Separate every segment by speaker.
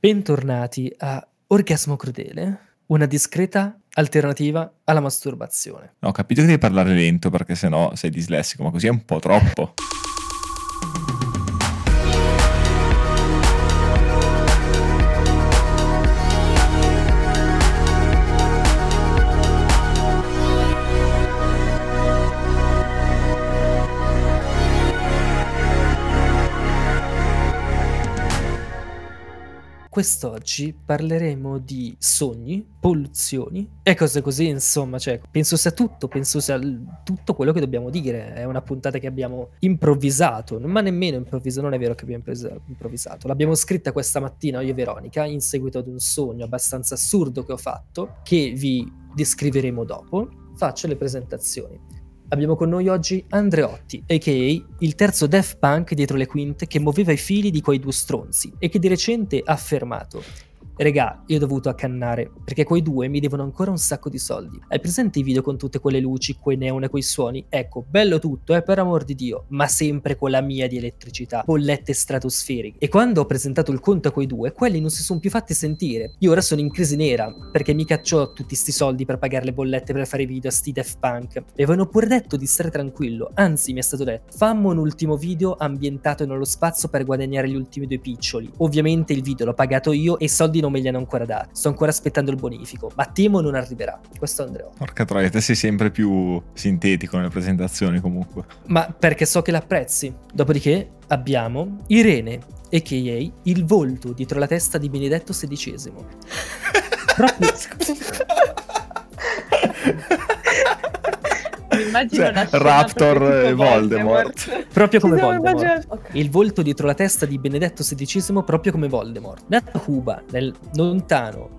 Speaker 1: Bentornati a Orgasmo Crudele, una discreta alternativa alla masturbazione.
Speaker 2: No, ho capito che devi parlare lento perché sennò sei dislessico, ma così è un po' troppo.
Speaker 1: Quest'oggi parleremo di sogni, polluzioni e cose così, insomma, cioè, penso sia tutto tutto quello che dobbiamo dire. È una puntata che abbiamo improvvisato, ma nemmeno improvvisato, non è vero che abbiamo improvvisato. L'abbiamo scritta questa mattina io e Veronica in seguito ad un sogno abbastanza assurdo che ho fatto, che vi descriveremo dopo. Faccio le presentazioni. Abbiamo con noi oggi Andreotti, a.k.a. il terzo Daft Punk dietro le quinte che muoveva i fili di quei due stronzi e che di recente ha affermato: regà, io ho dovuto accannare perché quei due mi devono ancora un sacco di soldi. Hai presente i video con tutte quelle luci, quei neon e quei suoni? Ecco, bello tutto, per amor di Dio, ma sempre con la mia di elettricità, bollette stratosferiche. E quando ho presentato il conto a quei due, quelli non si sono più fatti sentire. Io ora sono in crisi nera perché mica c'ho tutti sti soldi per pagare le bollette per fare video a sti Daft Punk. Mi avevano pure detto di stare tranquillo, anzi mi è stato detto: fammo un ultimo video ambientato nello spazio per guadagnare gli ultimi due piccioli. Ovviamente il video l'ho pagato io e i soldi non me li hanno ancora dati. Sto ancora aspettando il bonifico, ma temo non arriverà. Questo è Andrea.
Speaker 2: Porca troia, te sei sempre più sintetico nelle presentazioni comunque.
Speaker 1: Ma perché so che l'apprezzi. Dopodiché abbiamo Irene, a.k.a. il volto dietro la testa di Benedetto XVI. Proprio...
Speaker 3: Immagino
Speaker 2: cioè, Raptor e Voldemort.
Speaker 1: Proprio come Voldemort. Okay. Il volto dietro la testa di Benedetto XVI, proprio come Voldemort. Nato a Cuba nel lontano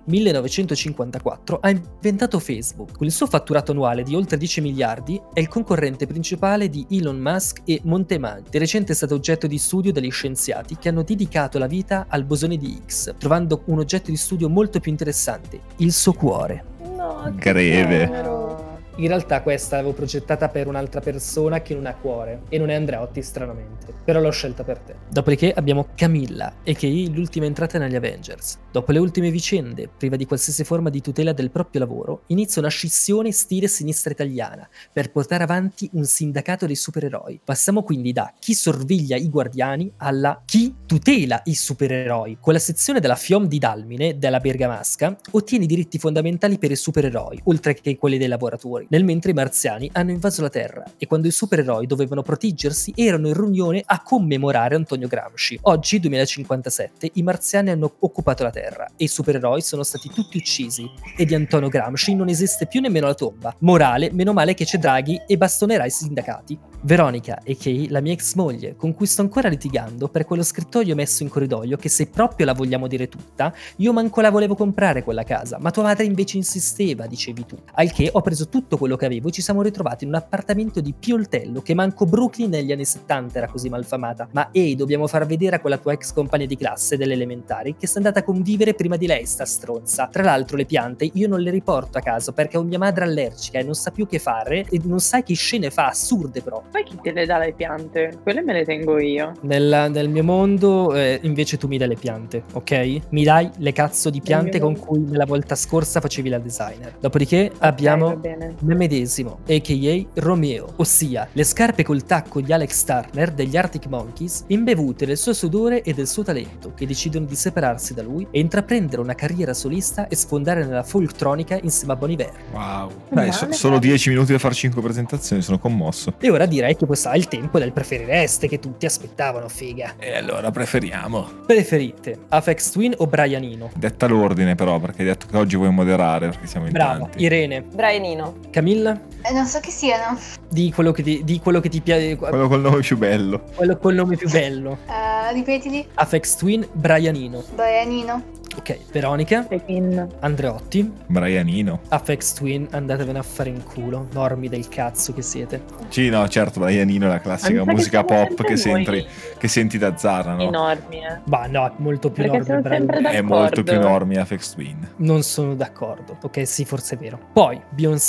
Speaker 1: 1954, ha inventato Facebook. Con il suo fatturato annuale di oltre 10 miliardi, è il concorrente principale di Elon Musk e Montemagno. Di recente è stato oggetto di studio dagli scienziati che hanno dedicato la vita al bosone di Higgs, trovando un oggetto di studio molto più interessante: il suo cuore.
Speaker 3: No,
Speaker 2: greve.
Speaker 1: In realtà questa l'avevo progettata per un'altra persona che non ha cuore, e non è Andreotti stranamente, però l'ho scelta per te. Dopodiché abbiamo Camilla, a.k.a. l'ultima entrata negli Avengers. Dopo le ultime vicende, priva di qualsiasi forma di tutela del proprio lavoro, inizia una scissione stile sinistra italiana per portare avanti un sindacato dei supereroi. Passiamo quindi da chi sorveglia i guardiani alla chi tutela i supereroi. Con la sezione della FIOM di Dalmine, della Bergamasca, ottiene i diritti fondamentali per i supereroi, oltre che quelli dei lavoratori. Nel mentre i marziani hanno invaso la Terra e quando i supereroi dovevano proteggersi erano in riunione a commemorare Antonio Gramsci. Oggi, 2057, i marziani hanno occupato la Terra e i supereroi sono stati tutti uccisi e di Antonio Gramsci non esiste più nemmeno la tomba. Morale, meno male che c'è Draghi e bastonerà i sindacati. Veronica, a.k.a. la mia ex moglie, con cui sto ancora litigando per quello scrittoio messo in corridoio che, se proprio la vogliamo dire tutta, io manco la volevo comprare quella casa, ma tua madre invece insisteva, dicevi tu. Al che ho preso tutto quello che avevo e ci siamo ritrovati in un appartamento di Pioltello che manco Brooklyn negli anni 70 era così malfamata. Ma ehi, dobbiamo far vedere a quella tua ex compagna di classe delle elementari che sta andata a convivere prima di lei, sta stronza. Tra l'altro le piante io non le riporto a casa perché ho mia madre allergica e non sa più che fare e non sai che scene fa, assurde però.
Speaker 3: Poi chi te le dà le piante? Quelle me le tengo io.
Speaker 1: Nel mio mondo invece tu mi dai le piante, ok? Mi dai le cazzo di piante con cui nella volta scorsa facevi la designer. Dopodiché abbiamo me medesimo, a.k.a. Romeo, ossia le scarpe col tacco di Alex Turner degli Arctic Monkeys, imbevute del suo sudore e del suo talento, che decidono di separarsi da lui e intraprendere una carriera solista e sfondare nella folktronica insieme a Bon Iver.
Speaker 2: Wow. Dai, solo 10 minuti da fare 5 presentazioni, sono commosso.
Speaker 1: E ora direi che questo è il tempo del preferireste che tutti aspettavano, figa.
Speaker 2: E allora preferiamo.
Speaker 1: Preferite Aphex Twin o Brianino?
Speaker 2: Detta l'ordine però, perché hai detto che oggi vuoi moderare perché siamo in
Speaker 1: Brava.
Speaker 2: tanti.
Speaker 1: Irene.
Speaker 3: Brianino.
Speaker 1: Camilla?
Speaker 4: Non so chi siano.
Speaker 1: Di quello che ti piace.
Speaker 2: Quello col nome più bello.
Speaker 1: Quello col nome più bello.
Speaker 4: Ripetili.
Speaker 1: Aphex Twin, Brianino.
Speaker 4: Brianino.
Speaker 1: Ok, Veronica.
Speaker 3: Pepin.
Speaker 1: Andreotti.
Speaker 2: Brianino.
Speaker 1: Aphex Twin, andatevene a fare in culo. Normi del cazzo che siete.
Speaker 2: Sì, no, certo, Brianino è la classica
Speaker 3: Anche
Speaker 2: musica
Speaker 3: che
Speaker 2: pop che senti da Zara, no?
Speaker 3: Enormi,
Speaker 1: Bah, no, molto più
Speaker 3: perché
Speaker 1: norme.
Speaker 3: siamo sempre
Speaker 2: È molto più enormi Aphex Twin.
Speaker 1: Non sono d'accordo. Ok, sì, forse è vero. Poi, Beyoncé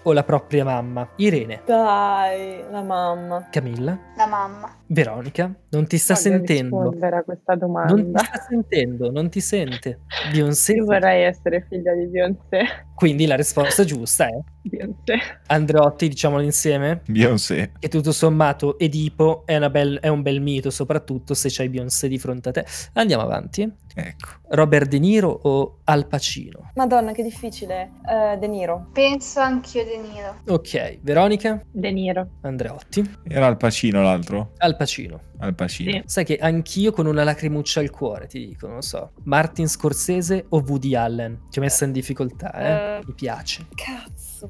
Speaker 1: o la propria mamma? Irene,
Speaker 3: Dai, la mamma.
Speaker 1: Camilla,
Speaker 4: La mamma.
Speaker 1: Veronica, non ti sta
Speaker 3: Voglio
Speaker 1: sentendo.
Speaker 3: rispondere a questa
Speaker 1: Non ti
Speaker 3: domanda.
Speaker 1: sta sentendo, non ti sente. Beyoncé.
Speaker 3: Io vorrei essere figlia di Beyoncé.
Speaker 1: Quindi la risposta giusta è
Speaker 3: Beyoncé.
Speaker 1: Andreotti, diciamolo insieme,
Speaker 2: Beyoncé.
Speaker 1: che tutto sommato Edipo è un bel mito, soprattutto se c'hai Beyoncé di fronte a te. Andiamo avanti.
Speaker 2: Ecco.
Speaker 1: Robert De Niro o Al Pacino?
Speaker 5: Madonna, che difficile. De Niro.
Speaker 4: Penso anch'io De Niro.
Speaker 1: Ok, Veronica,
Speaker 3: De Niro.
Speaker 1: Andreotti,
Speaker 2: Era Al Pacino l'altro?
Speaker 1: Al Pacino.
Speaker 2: Al Pacino.
Speaker 3: Sì.
Speaker 1: Sai che anch'io con una lacrimuccia al cuore, ti dico, non so. Martin Scorsese o Woody Allen? Ti ho messa in difficoltà, Mi piace.
Speaker 5: Cazzo,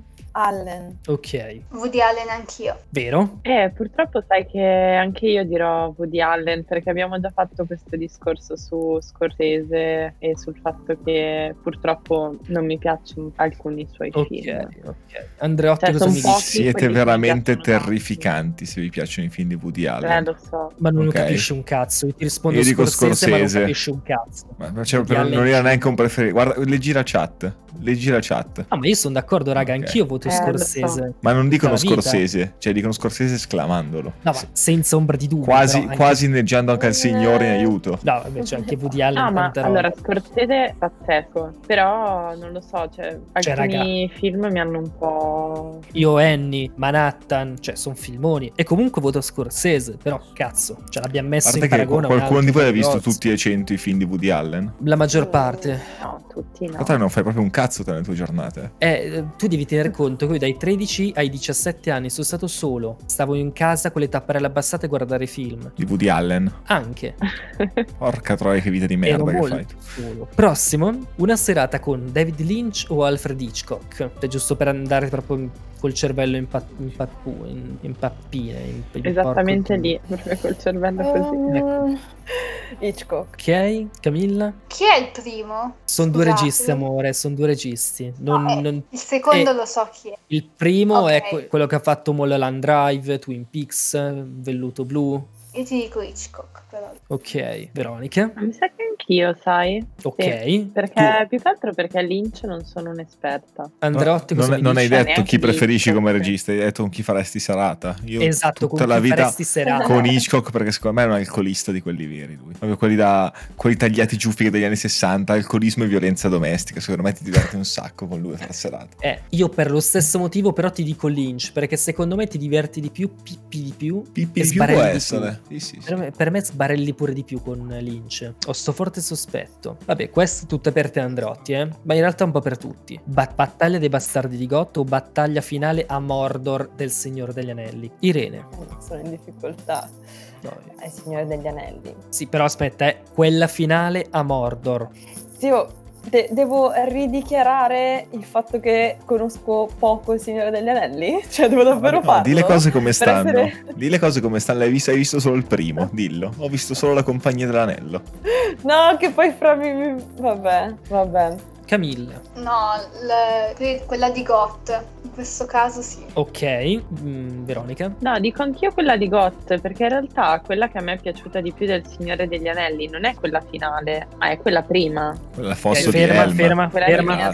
Speaker 5: Allen.
Speaker 1: Ok,
Speaker 4: Woody Allen anch'io.
Speaker 1: vero?
Speaker 3: Purtroppo sai che anche io dirò Woody Allen, perché abbiamo già fatto questo discorso su Scorsese e sul fatto che purtroppo non mi piacciono alcuni suoi film.
Speaker 1: Ok. Andreotti,
Speaker 3: Cioè,
Speaker 1: cosa
Speaker 3: son
Speaker 1: mi
Speaker 3: pochi
Speaker 1: dici?
Speaker 2: Siete
Speaker 3: quelli che mi
Speaker 2: veramente
Speaker 3: piacciono tanto.
Speaker 2: terrificanti se vi piacciono i film di Woody Allen.
Speaker 3: Lo so.
Speaker 1: Ma non
Speaker 2: Ok.
Speaker 1: capisci un cazzo. Io ti rispondo
Speaker 2: Io dico
Speaker 1: Scorsese, ma non
Speaker 2: Scorsese.
Speaker 1: capisci un cazzo.
Speaker 2: Ma cioè,
Speaker 1: Woody Allen
Speaker 2: non era
Speaker 1: sì.
Speaker 2: neanche un preferito. Guarda, leggi la chat. Leggi la chat.
Speaker 1: Ah, ma io sono d'accordo, raga,
Speaker 2: Ok.
Speaker 1: anch'io voto
Speaker 3: Lo
Speaker 1: Scorsese.
Speaker 3: so.
Speaker 2: Ma non dicono
Speaker 1: Tutta la vita.
Speaker 2: Scorsese, cioè dicono Scorsese esclamandolo.
Speaker 1: No, ma senza ombra di dubbio.
Speaker 2: Quasi,
Speaker 1: però anche-
Speaker 2: quasi inneggiando anche al Signore in aiuto.
Speaker 1: No, vabbè, c'è anche Woody Allen.
Speaker 3: Ah, ma
Speaker 1: tanta roba.
Speaker 3: allora Scorsese è pazzesco, però non lo so, cioè alcuni film mi hanno un po'...
Speaker 1: Io, Annie, Manhattan, cioè sono filmoni. E comunque voto Scorsese, però cazzo, ce l'abbiamo
Speaker 2: A
Speaker 1: messo
Speaker 2: parte
Speaker 1: in
Speaker 2: che
Speaker 1: paragone a un
Speaker 2: qualcuno
Speaker 1: altro
Speaker 2: di voi ha visto
Speaker 1: Fabio Rozzi.
Speaker 2: tutti e 100 i film di Woody Allen?
Speaker 1: La maggior parte.
Speaker 3: No, tutti no.
Speaker 2: Tra l'altro non fai proprio un cazzo te nelle tue giornate.
Speaker 1: Tu devi tenere conto che io dai 13 ai 17 anni sono stato solo. Stavo in casa con le tapparelle abbassate a guardare film.
Speaker 2: Di Woody Allen.
Speaker 1: Anche.
Speaker 2: Porca troia, che vita di
Speaker 1: Ero
Speaker 2: merda che
Speaker 1: molto
Speaker 2: fai.
Speaker 1: solo. Prossimo, una serata con David Lynch o Alfred Hitchcock. È giusto per andare proprio col cervello in pappine. in
Speaker 3: Esattamente
Speaker 1: porco
Speaker 3: lì, proprio col cervello così.
Speaker 5: Hitchcock.
Speaker 1: Ok, Camilla?
Speaker 4: Chi è il primo?
Speaker 1: Sono due
Speaker 4: Scusate.
Speaker 1: registi, amore, sono due registi.
Speaker 4: Il secondo
Speaker 1: eh,
Speaker 4: lo so chi è.
Speaker 1: Il primo è
Speaker 4: Ok.
Speaker 1: quello che ha fatto Mulholland Drive, Twin Peaks, Velluto Blu.
Speaker 4: Io ti dico Hitchcock, però.
Speaker 1: Ok, Veronica.
Speaker 3: Ma mi sa che anch'io, sai?
Speaker 1: Ok.
Speaker 3: Sì, perché più che altro perché Lynch non sono un'esperta.
Speaker 1: Andreotti, cosa mi
Speaker 2: Non hai
Speaker 1: dici?
Speaker 2: detto
Speaker 3: Neanche
Speaker 2: chi
Speaker 3: di
Speaker 2: preferisci come
Speaker 3: Hitchcock.
Speaker 2: regista, hai detto con chi faresti serata. Io
Speaker 1: Esatto,
Speaker 2: tutta
Speaker 1: con
Speaker 2: la
Speaker 1: chi
Speaker 2: vita
Speaker 1: faresti serata.
Speaker 2: con Hitchcock, perché secondo me è un alcolista di quelli veri lui. Proprio quelli tagliati giuffi degli anni 60, alcolismo e violenza domestica. Secondo me ti diverti un sacco con lui a fare serata.
Speaker 1: Io per lo stesso motivo però ti dico Lynch, perché secondo me ti diverti di più, pippi di più.
Speaker 2: Pippi
Speaker 1: e
Speaker 2: di più può
Speaker 1: sbarelli di
Speaker 2: essere.
Speaker 1: più.
Speaker 2: Sì.
Speaker 1: Per me sbarelli pure di più con Lynch. Ho sto forte sospetto. Vabbè, questo tutto per te Androtti, ma in realtà un po' per tutti. Battaglia dei bastardi di Gotto o battaglia finale a Mordor del Signore degli Anelli? Irene.
Speaker 5: Sono in difficoltà.
Speaker 1: No,
Speaker 5: È il Signore degli Anelli.
Speaker 1: sì, però aspetta, quella finale a Mordor.
Speaker 5: Sì, devo ridichiarare il fatto che conosco poco il Signore degli Anelli? Cioè, devo davvero
Speaker 2: No,
Speaker 5: farlo?
Speaker 2: di le cose come
Speaker 5: Per
Speaker 2: stanno.
Speaker 5: essere-
Speaker 2: Di le cose come stanno. Hai visto solo il primo, dillo. Ho visto solo la compagnia dell'anello.
Speaker 5: No, che poi fra Vabbè.
Speaker 1: Camilla.
Speaker 4: No, quella di Goth. In questo caso sì.
Speaker 1: Ok, Veronica.
Speaker 3: No, dico anch'io quella di Goth, perché in realtà quella che a me è piaciuta di più del Signore degli Anelli non è quella finale, ma è quella prima.
Speaker 2: La fosso di
Speaker 1: ferma,
Speaker 2: Helm.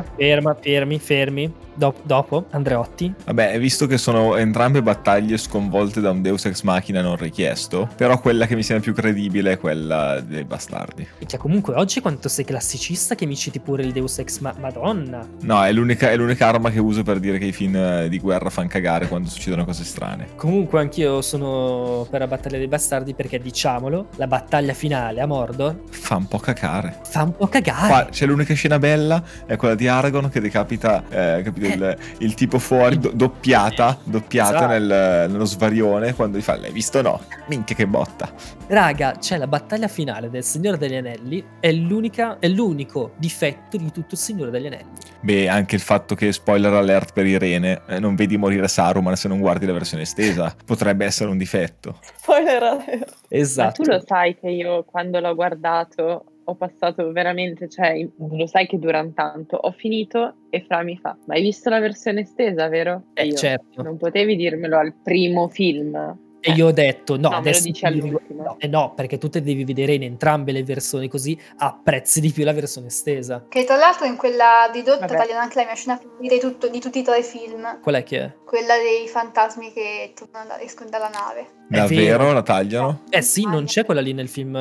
Speaker 1: fermi. Dopo, Andreotti.
Speaker 2: Vabbè, visto che sono entrambe battaglie sconvolte da un Deus Ex Machina non richiesto, però quella che mi sembra più credibile è quella dei bastardi.
Speaker 1: Cioè, comunque oggi quanto sei classicista che mi citi pure il Deus Ex Madonna.
Speaker 2: No, è l'unica arma che uso per dire che i film di guerra fanno cagare quando succedono cose strane.
Speaker 1: Comunque anch'io sono per la battaglia dei bastardi perché, diciamolo, la battaglia finale a Mordor
Speaker 2: Fa un po' cacare.
Speaker 1: fa un po' cagare.
Speaker 2: Qua c'è l'unica scena bella, è quella di Aragorn che decapita capito, il tipo fuori, doppiata
Speaker 1: Esatto.
Speaker 2: nello svarione, quando gli fa, l'hai visto no? Minchia che botta.
Speaker 1: Raga, c'è la battaglia finale del Signore degli Anelli, è l'unico difetto di tutto il Signore degli Anelli.
Speaker 2: Beh, anche il fatto che, spoiler alert per Irene, non vedi morire Saruman se non guardi la versione estesa, potrebbe essere un difetto.
Speaker 5: Spoiler alert.
Speaker 1: Esatto.
Speaker 3: Ma tu lo sai che io quando l'ho guardato ho passato veramente, cioè lo sai che durano tanto, ho finito e Fra mi fa, ma hai visto la versione estesa, vero? E io,
Speaker 1: Certo.
Speaker 3: non potevi dirmelo al primo film.
Speaker 1: E io ho detto no,
Speaker 3: me lo
Speaker 1: adesso
Speaker 3: dici
Speaker 1: ti devi-
Speaker 3: all'ultimo.
Speaker 1: no, perché tu te devi vedere in entrambe le versioni, così apprezzi di più la versione estesa.
Speaker 4: Che tra l'altro in quella di Dot
Speaker 3: Vabbè.
Speaker 4: tagliano anche la mia scena preferita di tutti i 3 film.
Speaker 1: Qual è che è?
Speaker 4: Quella dei fantasmi che escono dalla nave.
Speaker 1: È
Speaker 2: Davvero
Speaker 1: vero.
Speaker 2: la tagliano?
Speaker 1: Sì, non c'è quella lì nel film,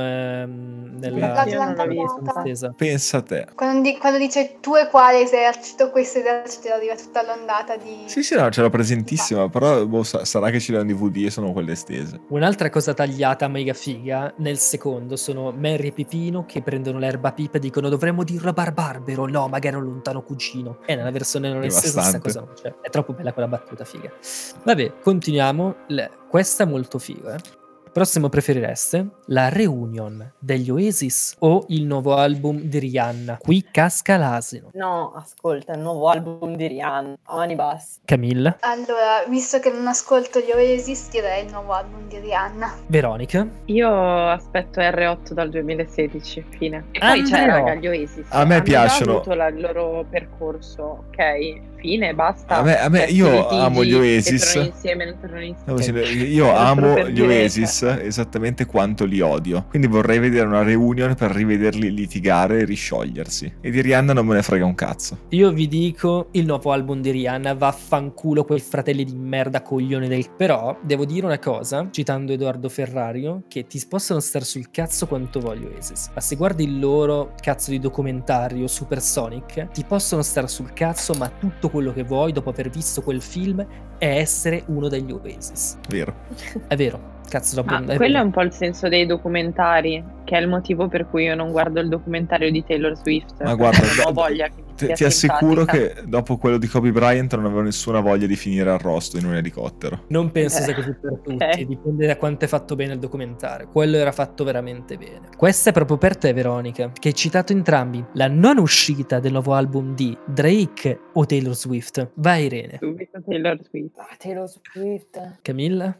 Speaker 1: nella
Speaker 3: Io non l'ho
Speaker 1: versione
Speaker 3: vista.
Speaker 1: estesa.
Speaker 2: Pensa a te.
Speaker 4: Quando dice tu e quale esercito, questo esercito arriva tutta l'ondata di...
Speaker 2: Sì, no, ce l'ho presentissima, però sarà che ce l'ho in DVD e sono quelle estese.
Speaker 1: Un'altra cosa tagliata mega figa nel secondo sono Merry e Pipino che prendono l'erba pipa e dicono dovremmo dirlo a Barbarbero, no, magari un lontano cugino. E nella versione non estesa questa cosa non c'è. È troppo bella quella battuta figa. Vabbè, continuiamo. Questa è molto figa, Prossimo preferireste la reunion degli Oasis o il nuovo album di Rihanna? Qui casca l'asino.
Speaker 5: No, ascolta, il nuovo album di Rihanna, a mani basse.
Speaker 1: Camilla?
Speaker 4: Allora, visto che non ascolto gli Oasis, direi il nuovo album di Rihanna.
Speaker 1: Veronica?
Speaker 3: Io aspetto R8 dal 2016, fine. E poi c'è,
Speaker 1: Andrea.
Speaker 3: raga, gli Oasis.
Speaker 2: A me
Speaker 3: Hanno
Speaker 2: piacciono.
Speaker 3: già avuto il loro percorso, ok? Fine, basta.
Speaker 2: A me
Speaker 3: Pezzi
Speaker 2: io
Speaker 3: litigi,
Speaker 2: amo gli Oasis.
Speaker 3: che tornano insieme, non tornano insieme.
Speaker 2: Io
Speaker 3: Solo
Speaker 2: amo
Speaker 3: per
Speaker 2: gli
Speaker 3: dire,
Speaker 2: Oasis esattamente quanto li odio. Quindi vorrei vedere una reunion per rivederli litigare e risciogliersi. E di Rihanna non me ne frega un cazzo.
Speaker 1: Io vi dico il nuovo album di Rihanna, vaffanculo quei fratelli di merda coglione del... Però devo dire una cosa, citando Edoardo Ferrario, che ti possono star sul cazzo quanto voglio Oasis, ma se guardi il loro cazzo di documentario Supersonic, ti possono star sul cazzo, ma tutto quello che vuoi dopo aver visto quel film è essere uno degli Oasis.
Speaker 2: Vero.
Speaker 1: È vero. Cazzo,
Speaker 3: quello è un po' il senso dei documentari, che è il motivo per cui io non guardo il documentario di Taylor Swift.
Speaker 2: Ma guarda,
Speaker 3: non ho voglia che mi sia
Speaker 2: ti assicuro
Speaker 3: simpatica.
Speaker 2: che dopo quello di Kobe Bryant non avevo nessuna voglia di finire arrosto in un elicottero.
Speaker 1: Non penso sia così per tutti,
Speaker 3: ok.
Speaker 1: dipende da quanto è fatto bene il documentario. Quello era fatto veramente bene. Questa è proprio per te, Veronica, che hai citato entrambi la non uscita del nuovo album di Drake o Taylor Swift. Vai, Irene.
Speaker 3: Subito Taylor Swift.
Speaker 5: Taylor Swift.
Speaker 1: Camilla?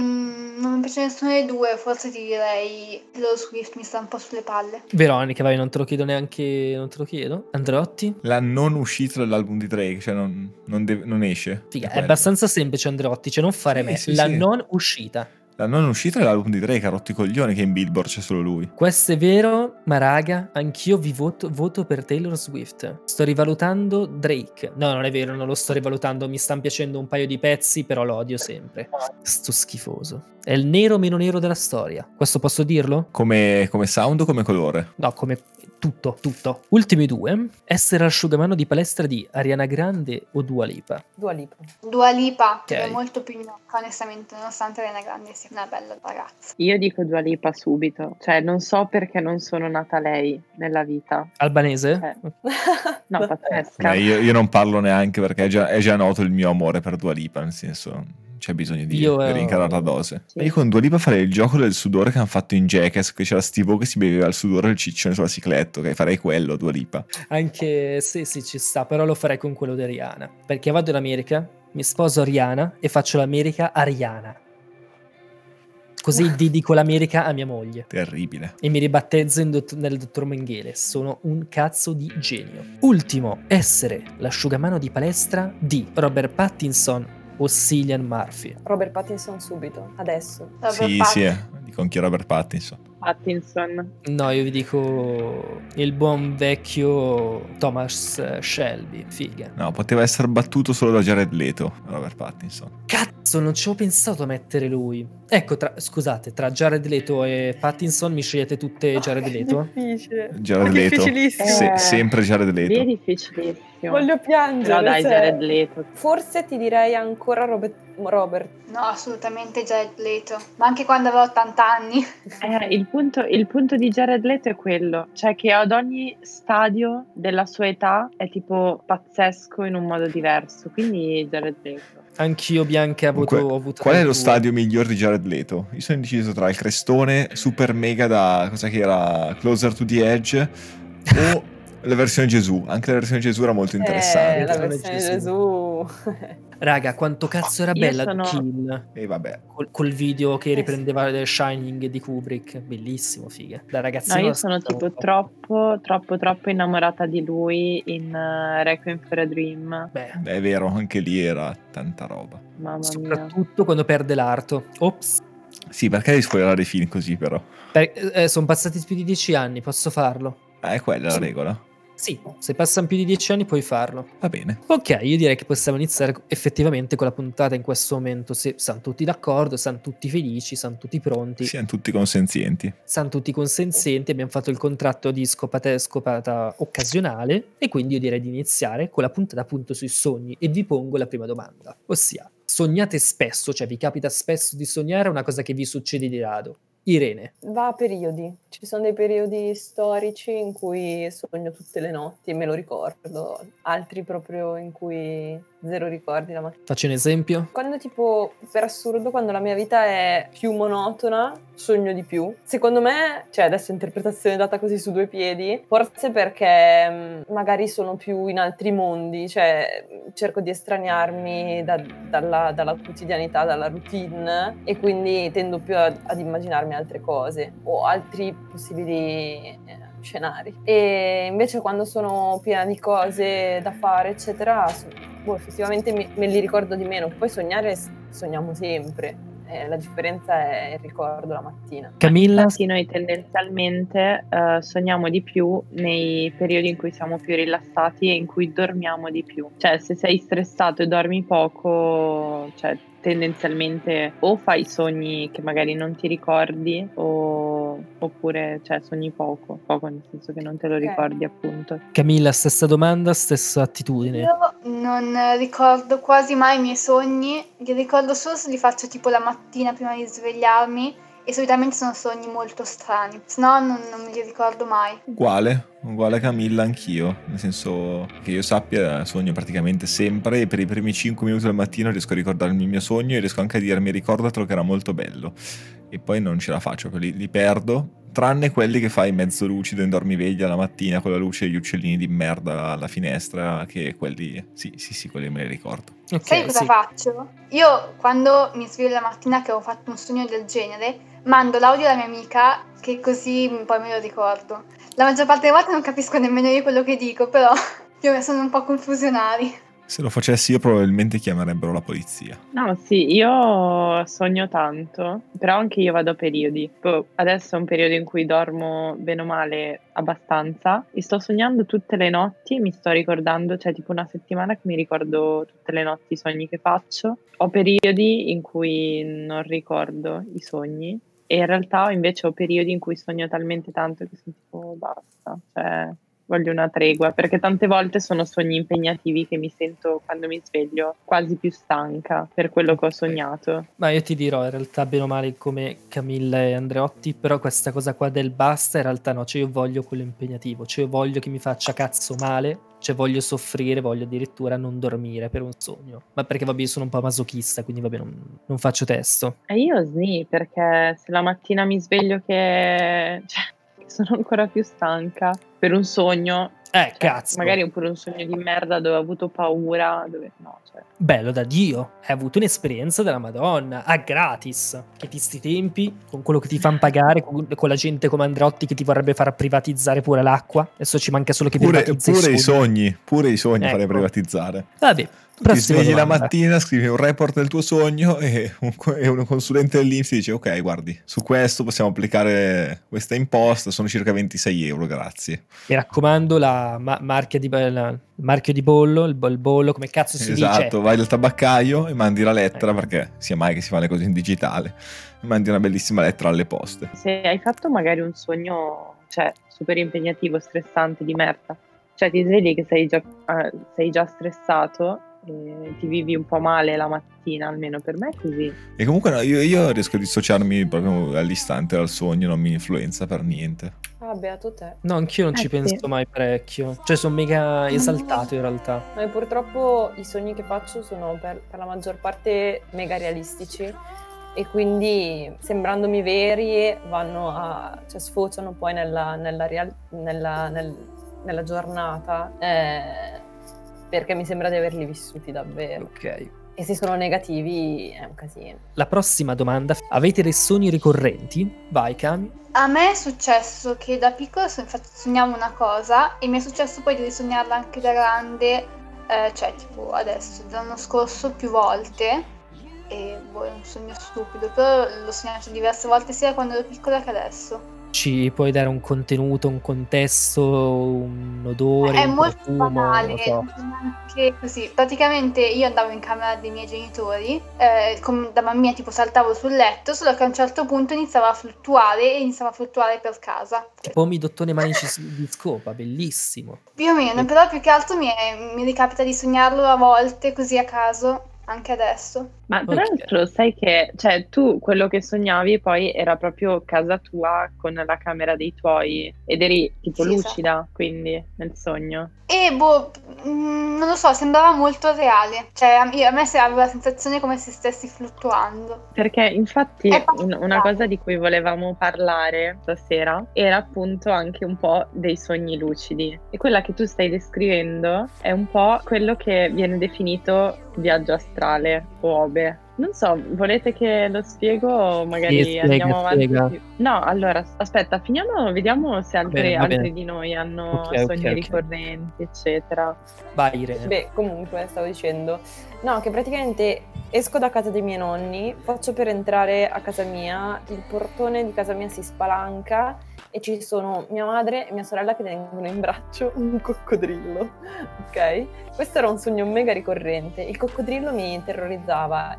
Speaker 4: Non mi piace nessuno dei due, forse ti direi Taylor Swift, mi sta un po' sulle palle.
Speaker 1: Veronica, vai, non te lo chiedo neanche, non te lo chiedo. Andreotti?
Speaker 2: La non uscita dell'album di Drake, cioè non esce.
Speaker 1: Figa, è
Speaker 2: quello.
Speaker 1: abbastanza semplice, Andreotti, cioè non fare
Speaker 2: Sì,
Speaker 1: me.
Speaker 2: sì,
Speaker 1: la
Speaker 2: sì.
Speaker 1: non uscita.
Speaker 2: La non uscita dell'album di Drake ha rotto i coglioni che in Billboard c'è solo lui.
Speaker 1: Questo è vero, ma raga, anch'io vi voto per Taylor Swift. Sto rivalutando Drake. No, non è vero, non lo sto rivalutando. Mi stanno piacendo un paio di pezzi, però lo odio sempre. Sto schifoso. È il nero meno nero della storia. Questo posso dirlo?
Speaker 2: Come sound o come colore?
Speaker 1: No, come tutto. Ultimi due. Essere asciugamano di palestra di Ariana Grande o Dua Lipa?
Speaker 5: Dua Lipa.
Speaker 4: Dua Lipa,
Speaker 1: Ok.
Speaker 4: è molto più gnocca, onestamente, nonostante Ariana Grande sia una bella ragazza.
Speaker 3: Io dico Dua Lipa subito. Cioè, non so perché non sono nata lei nella vita.
Speaker 1: Albanese?
Speaker 3: No, pazzesca.
Speaker 2: Io non parlo neanche perché è già noto il mio amore per Dua Lipa, nel senso c'è bisogno di rincarare la dose.
Speaker 3: Sì.
Speaker 2: Ma io con Dua Lipa farei il gioco del sudore che hanno fatto in Jackass, che c'era Steve-O che si beveva il sudore del ciccione sulla cicletta, che farei quello, Dua Lipa.
Speaker 1: Anche sì, ci sta, però lo farei con quello di Rihanna. Perché vado in America, mi sposo a Rihanna e faccio l'America a Rihanna. Così dedico l'America a mia moglie.
Speaker 2: Terribile.
Speaker 1: E mi ribattezzo nel dottor Mengele. Sono un cazzo di genio. Ultimo, essere l'asciugamano di palestra di Robert Pattinson o Cillian Murphy.
Speaker 5: Robert Pattinson subito, adesso.
Speaker 2: Sì, dico anche Robert Pattinson.
Speaker 3: Pattinson.
Speaker 1: No, io vi dico il buon vecchio Thomas Shelby. Figa.
Speaker 2: No, poteva essere battuto solo da Jared Leto, Robert Pattinson.
Speaker 1: Cazzo, non ci ho pensato a mettere lui. Ecco, scusate, tra Jared Leto e Pattinson mi scegliete tutte Jared Leto?
Speaker 5: Difficile.
Speaker 2: Jared
Speaker 5: È
Speaker 2: Leto.
Speaker 5: difficilissimo.
Speaker 2: Sempre Jared Leto.
Speaker 3: È difficilissimo.
Speaker 5: Voglio piangere.
Speaker 3: Però dai,
Speaker 5: cioè.
Speaker 3: Jared Leto.
Speaker 5: Forse ti direi ancora Robert.
Speaker 4: No, assolutamente Jared Leto, ma anche quando avevo 80 anni.
Speaker 3: Il punto di Jared Leto è quello, cioè che ad ogni stadio della sua età è tipo pazzesco in un modo diverso, quindi Jared Leto.
Speaker 1: Anch'io, Bianca, ho avuto
Speaker 2: Qual è lo
Speaker 1: due.
Speaker 2: stadio miglior di Jared Leto? Io sono indeciso tra il crestone super mega da cosa che era Closer to the Edge o la versione Gesù. Anche la versione Gesù era molto interessante.
Speaker 5: La versione Gesù.
Speaker 1: Raga, quanto cazzo era
Speaker 3: Io
Speaker 1: bella
Speaker 3: sono-
Speaker 1: Kill
Speaker 2: E vabbè.
Speaker 1: col video che
Speaker 5: sì.
Speaker 1: riprendeva The Shining di Kubrick. Bellissimo, figa. Da
Speaker 3: No,
Speaker 1: ragazzino
Speaker 3: io sono tipo troppo innamorata di lui in Requiem for a Dream.
Speaker 1: Beh,
Speaker 2: È vero, anche lì era tanta roba.
Speaker 3: Mamma mia.
Speaker 1: soprattutto quando perde l'arto. Ops.
Speaker 2: Sì, perché devi spoilerare i film così però?
Speaker 1: Sono passati più di 10 anni, posso farlo?
Speaker 2: È quella la
Speaker 1: Sì.
Speaker 2: regola.
Speaker 1: Sì, se passano più di 10 anni puoi farlo.
Speaker 2: Va bene.
Speaker 1: Ok, io direi che possiamo iniziare effettivamente con la puntata in questo momento. Se siamo tutti d'accordo, siamo tutti felici, siamo tutti pronti,
Speaker 2: Siamo tutti consenzienti.
Speaker 1: siamo tutti consenzienti, abbiamo fatto il contratto di scopata occasionale e quindi io direi di iniziare con la puntata appunto sui sogni e vi pongo la prima domanda, ossia sognate spesso, cioè vi capita spesso di sognare una cosa che vi succede di rado? Irene.
Speaker 5: Va a periodi. Ci sono dei periodi storici in cui sogno tutte le notti e me lo ricordo, altri proprio in cui zero ricordi la mattina.
Speaker 1: Faccio un esempio?
Speaker 5: Quando tipo, per assurdo, quando la mia vita è più monotona, sogno di più. Secondo me, cioè adesso interpretazione data così su due piedi, forse perché magari sono più in altri mondi, cioè cerco di estraniarmi dalla quotidianità, dalla routine e quindi tendo più ad immaginarmi altre cose o altri possibili scenari. E invece quando sono piena di cose da fare, eccetera, effettivamente me li ricordo di meno. Poi sognare sogniamo sempre. La differenza è il ricordo la mattina.
Speaker 1: Camilla?
Speaker 3: Infatti noi tendenzialmente sogniamo di più nei periodi in cui siamo più rilassati e in cui dormiamo di più. Cioè se sei stressato e dormi poco, cioè tendenzialmente o fai sogni che magari non ti ricordi oppure cioè sogni poco nel senso che non te lo ricordi appunto.
Speaker 1: Camilla, stessa domanda, stessa attitudine.
Speaker 4: Io non ricordo quasi mai i miei sogni, li ricordo solo se li faccio tipo la mattina prima di svegliarmi e solitamente sono sogni molto strani, se no non me li ricordo mai.
Speaker 2: Uguale Camilla anch'io, nel senso che io sappia sogno praticamente sempre e per i primi 5 minuti del mattino riesco a ricordarmi il mio sogno e riesco anche a dirmi ricordatelo che era molto bello e poi non ce la faccio, li perdo, tranne quelli che fai mezzo lucido in dormiveglia la mattina con la luce e gli uccellini di merda alla finestra, che quelli sì, quelli me li ricordo.
Speaker 1: Okay,
Speaker 4: sai cosa faccio? Io quando mi sveglio la mattina che ho fatto un sogno del genere mando l'audio alla mia amica che così poi me lo ricordo. La maggior parte delle volte non capisco nemmeno io quello che dico, però io sono un po' confusionari.
Speaker 2: Se lo facessi io probabilmente chiamerebbero la polizia.
Speaker 3: No, sì, io sogno tanto, però anche io vado a periodi. Adesso è un periodo in cui dormo bene o male abbastanza e sto sognando tutte le notti, mi sto ricordando, cioè tipo una settimana che mi ricordo tutte le notti i sogni che faccio. Ho periodi in cui non ricordo i sogni e in realtà invece ho periodi in cui sogno talmente tanto che sono tipo basta, cioè voglio una tregua, perché tante volte sono sogni impegnativi che mi sento quando mi sveglio quasi più stanca per quello che ho sognato.
Speaker 1: Ma io ti dirò in realtà bene o male come Camilla e Andreotti, però questa cosa qua del basta in realtà no, cioè io voglio quello impegnativo, cioè io voglio che mi faccia cazzo male, cioè voglio soffrire, voglio addirittura non dormire per un sogno, ma perché vabbè io sono un po' masochista, quindi vabbè non faccio testo.
Speaker 3: E io sni, perché se la mattina mi sveglio che sono ancora più stanca per un sogno,
Speaker 1: cazzo,
Speaker 3: magari pure un sogno di merda dove ho avuto paura,
Speaker 1: bello da Dio, hai avuto un'esperienza della Madonna, a gratis, che ti sti tempi, con quello che ti fanno pagare, con la gente come Andreotti che ti vorrebbe far privatizzare pure l'acqua, adesso ci manca solo che privatizzi
Speaker 2: pure i sogni
Speaker 1: ecco.
Speaker 2: farei privatizzare.
Speaker 1: Vabbè,
Speaker 2: tu ti svegli
Speaker 1: domanda.
Speaker 2: la mattina, scrivi un report del tuo sogno e un consulente dell'INPS ti dice ok, guardi, su questo possiamo applicare questa imposta, sono circa 26 euro, grazie.
Speaker 1: Mi raccomando la marchio di bollo, il bollo, come cazzo si dice?
Speaker 2: Esatto, vai dal tabaccaio e mandi la lettera, perché sia mai che si fa le cose in digitale, e mandi una bellissima lettera alle poste.
Speaker 3: Se hai fatto magari un sogno, super impegnativo, stressante, di merda, ti svegli che sei già stressato e ti vivi un po' male la mattina, almeno per me è così.
Speaker 2: E comunque no, io riesco a dissociarmi proprio all'istante dal sogno, non mi influenza per niente.
Speaker 5: Ah, beato te.
Speaker 1: No, anch'io non ci penso mai parecchio, cioè sono mega esaltato in realtà.
Speaker 5: Ma purtroppo i sogni che faccio sono per la maggior parte mega realistici e quindi sembrandomi veri sfociano poi nella giornata perché mi sembra di averli vissuti davvero.
Speaker 1: Ok.
Speaker 5: E se sono negativi è un casino.
Speaker 1: La prossima domanda: avete dei sogni ricorrenti? Vai Cami.
Speaker 4: A me è successo che da piccola sognavo una cosa e mi è successo poi di risognarla anche da grande, tipo adesso, l'anno scorso più volte. e boh, è un sogno stupido, però l'ho sognato diverse volte sia quando ero piccola che adesso.
Speaker 1: Ci puoi dare un contenuto, un contesto, un odore,
Speaker 4: È
Speaker 1: un
Speaker 4: molto
Speaker 1: profumo, non
Speaker 4: banale,
Speaker 1: lo so.
Speaker 4: anche così. Praticamente io andavo in camera dei miei genitori, da bambina tipo saltavo sul letto, solo che a un certo punto iniziava a fluttuare per casa.
Speaker 1: Tipo Omidottone Manici di Scopa, bellissimo.
Speaker 4: Più o meno, però più che altro mi ricapita di sognarlo a volte così a caso, anche adesso.
Speaker 3: Ma tra
Speaker 1: Ok.
Speaker 3: l'altro sai che, cioè, tu quello che sognavi poi era proprio casa tua con la camera dei tuoi ed eri tipo
Speaker 4: Sì,
Speaker 3: lucida, quindi nel sogno.
Speaker 4: E boh, non lo so, sembrava molto reale. Cioè, a me aveva la sensazione come se stessi fluttuando.
Speaker 3: Perché infatti
Speaker 4: È
Speaker 3: una cosa di cui volevamo parlare stasera era appunto anche un po' dei sogni lucidi. E quella che tu stai descrivendo è un po' quello che viene definito viaggio astrale o OBE. Non so, volete che lo spiego o magari
Speaker 1: Sì,
Speaker 3: andiamo avanti
Speaker 1: spiega.
Speaker 3: più? No, allora, aspetta, finiamo, vediamo se
Speaker 1: Va bene.
Speaker 3: altri di noi hanno
Speaker 1: Ok.
Speaker 3: sogni ricorrenti, eccetera.
Speaker 1: Vai Irene.
Speaker 5: Beh, comunque, stavo dicendo, no, che praticamente esco da casa dei miei nonni, faccio per entrare a casa mia, il portone di casa mia si spalanca e ci sono mia madre e mia sorella che tengono in braccio un coccodrillo, ok? Questo era un sogno mega ricorrente, il coccodrillo mi terrorizzava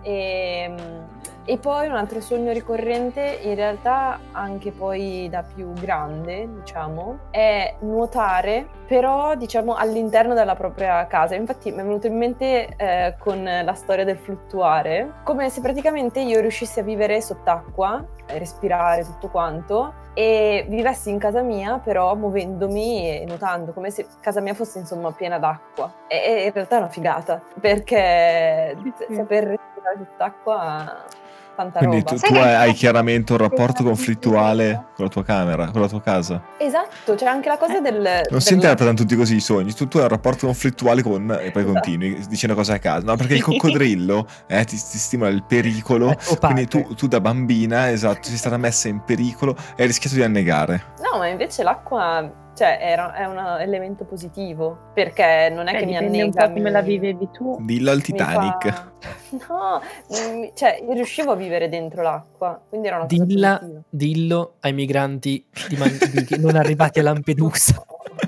Speaker 5: e poi un altro sogno ricorrente, in realtà anche poi da più grande, diciamo, è nuotare, però diciamo all'interno della propria casa. Infatti mi è venuto in mente con la storia del fluttuare, come se praticamente io riuscissi a vivere sott'acqua, respirare tutto quanto, e vivessi in casa mia però muovendomi e nuotando, come se casa mia fosse insomma piena d'acqua. E in realtà è una figata, perché saper respirare sott'acqua tanta
Speaker 2: Quindi
Speaker 5: roba.
Speaker 2: tu hai chiaramente un rapporto conflittuale con la tua camera, con la tua casa.
Speaker 5: Esatto, c'è anche la cosa
Speaker 2: Non si interpretano tutti così i sogni. Tu hai un rapporto conflittuale con... E poi
Speaker 5: Esatto.
Speaker 2: continui dicendo cose a caso. No, perché il coccodrillo ti stimola il pericolo. Quindi tu da bambina, esatto, sei stata messa in pericolo e hai rischiato di annegare.
Speaker 5: No, ma invece l'acqua... Cioè, è un elemento positivo, perché non è che mi
Speaker 3: dipende
Speaker 5: annega.
Speaker 3: un po' come la vivevi tu.
Speaker 2: Dillo al Titanic.
Speaker 5: No, cioè, io riuscivo a vivere dentro l'acqua, quindi era una cosa positiva.
Speaker 1: Dillo ai migranti non arrivati a Lampedusa.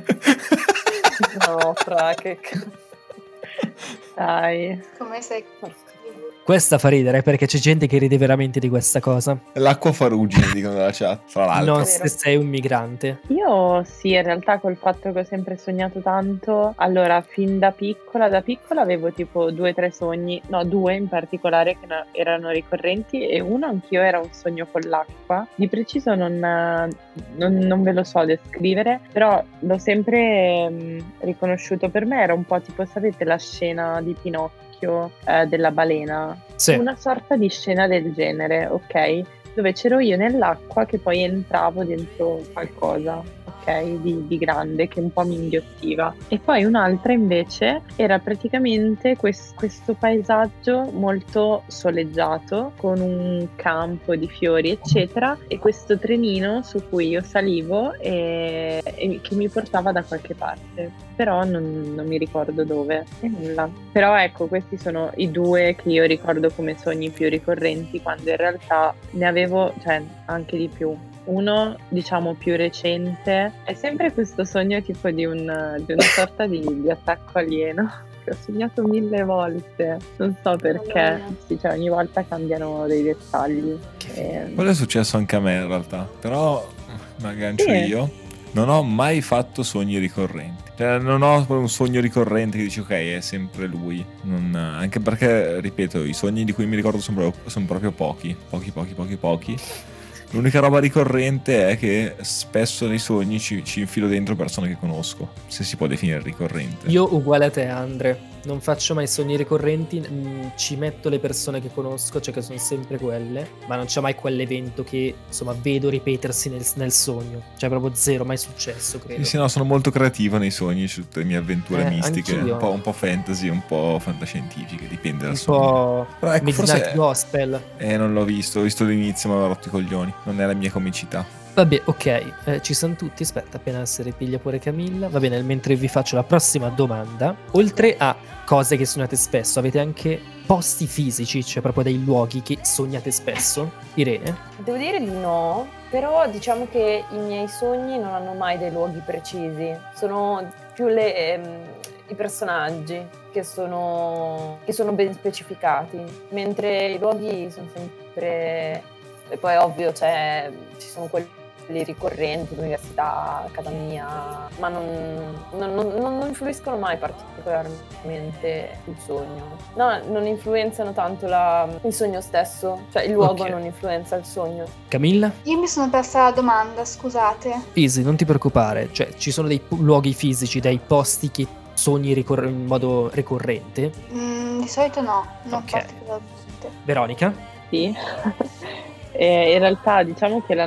Speaker 5: No, fra, che
Speaker 3: Dai.
Speaker 4: Come sei?
Speaker 1: Questa fa ridere perché c'è gente che ride veramente di questa cosa.
Speaker 2: L'acqua fa ruggine, dicono nella chat, tra l'altro.
Speaker 1: Non se sei un migrante.
Speaker 3: Io sì, in realtà col fatto che ho sempre sognato tanto, allora fin da piccola avevo tipo 2-3 sogni, no 2 in particolare che erano ricorrenti e uno anch'io era un sogno con l'acqua. Di preciso non ve lo so descrivere, però l'ho sempre riconosciuto. Per me era un po' tipo, sapete la scena di Pinocchio della balena?
Speaker 1: Sì.
Speaker 3: Una sorta di scena del genere, ok? Dove c'ero io nell'acqua che poi entravo dentro qualcosa, ok, di grande che un po' mi inghiottiva. E poi un'altra invece era praticamente questo paesaggio molto soleggiato con un campo di fiori eccetera e questo trenino su cui io salivo e che mi portava da qualche parte, però non mi ricordo dove e nulla. Però ecco, questi sono i 2 che io ricordo come sogni più ricorrenti, quando in realtà ne avevo, cioè, anche di più. Uno, diciamo, più recente è sempre questo sogno tipo di una sorta di attacco alieno che ho sognato 1000 volte, non so perché. Sì, cioè, ogni volta cambiano dei dettagli.
Speaker 2: Quello è successo anche a me in realtà, però mi aggancio io. Non ho mai fatto sogni ricorrenti. Cioè, non ho un sogno ricorrente che dici ok, è sempre lui. Anche perché, ripeto, i sogni di cui mi ricordo sono proprio pochi. Pochi. L'unica roba ricorrente è che spesso nei sogni ci infilo dentro persone che conosco, se si può definire ricorrente.
Speaker 1: Io uguale a te, Andre. Non faccio mai sogni ricorrenti, ci metto le persone che conosco, cioè che sono sempre quelle, ma non c'è mai quell'evento che insomma vedo ripetersi nel sogno. Cioè proprio zero, mai successo, credo.
Speaker 2: Sì, no, sono molto creativo nei sogni su tutte le mie avventure mistiche,
Speaker 1: anch'io.
Speaker 2: un po' fantasy, un po' fantascientifiche, dipende dal
Speaker 1: un
Speaker 2: sogno.
Speaker 1: po'
Speaker 2: Ecco,
Speaker 1: Midnight Gospel.
Speaker 2: Non l'ho visto l'inizio, ma mi ha rotto i coglioni. Non è la mia comicità.
Speaker 1: Vabbè, ok, ci sono tutti. Aspetta, appena si ripiglia pure Camilla. Va bene, mentre vi faccio la prossima domanda. Oltre a cose che sognate spesso, avete anche posti fisici, cioè proprio dei luoghi che sognate spesso? Irene?
Speaker 5: Devo dire di no, però diciamo che i miei sogni non hanno mai dei luoghi precisi, sono più i personaggi che sono ben specificati, mentre i luoghi sono sempre... E poi ovvio ci sono quelli ricorrenti, l'università, casa mia, ma non influiscono mai particolarmente sul sogno. No, non influenzano tanto il sogno stesso, cioè il luogo non influenza il sogno.
Speaker 1: Camilla?
Speaker 4: Io mi sono persa la domanda, scusate.
Speaker 1: Easy, non ti preoccupare, cioè ci sono dei luoghi fisici, dei posti che sogni in modo ricorrente?
Speaker 4: Di solito no, non
Speaker 1: Ok.
Speaker 4: particolarmente.
Speaker 1: Veronica?
Speaker 3: Sì. In realtà diciamo che la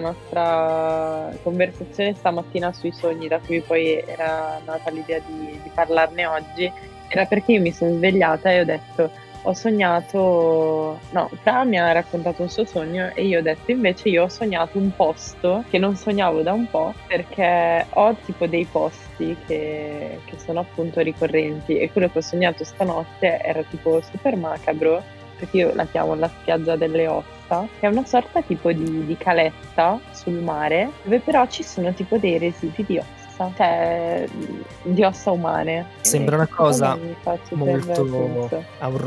Speaker 3: nostra conversazione stamattina sui sogni, da cui poi era nata l'idea di parlarne oggi, era perché io mi sono svegliata e ho detto, ho sognato, no, Fra mi ha raccontato un suo sogno e io ho detto invece io ho sognato un posto che non sognavo da un po', perché ho tipo dei posti che sono appunto ricorrenti, e quello che ho sognato stanotte era tipo super macabro, perché io la chiamo la spiaggia delle ossa, che è una sorta tipo di caletta sul mare, dove però ci sono tipo dei residui di ossa, cioè di ossa umane.
Speaker 1: Sembra
Speaker 3: E
Speaker 1: una
Speaker 3: questa
Speaker 1: cosa
Speaker 3: mi fa super
Speaker 1: molto...
Speaker 3: senso.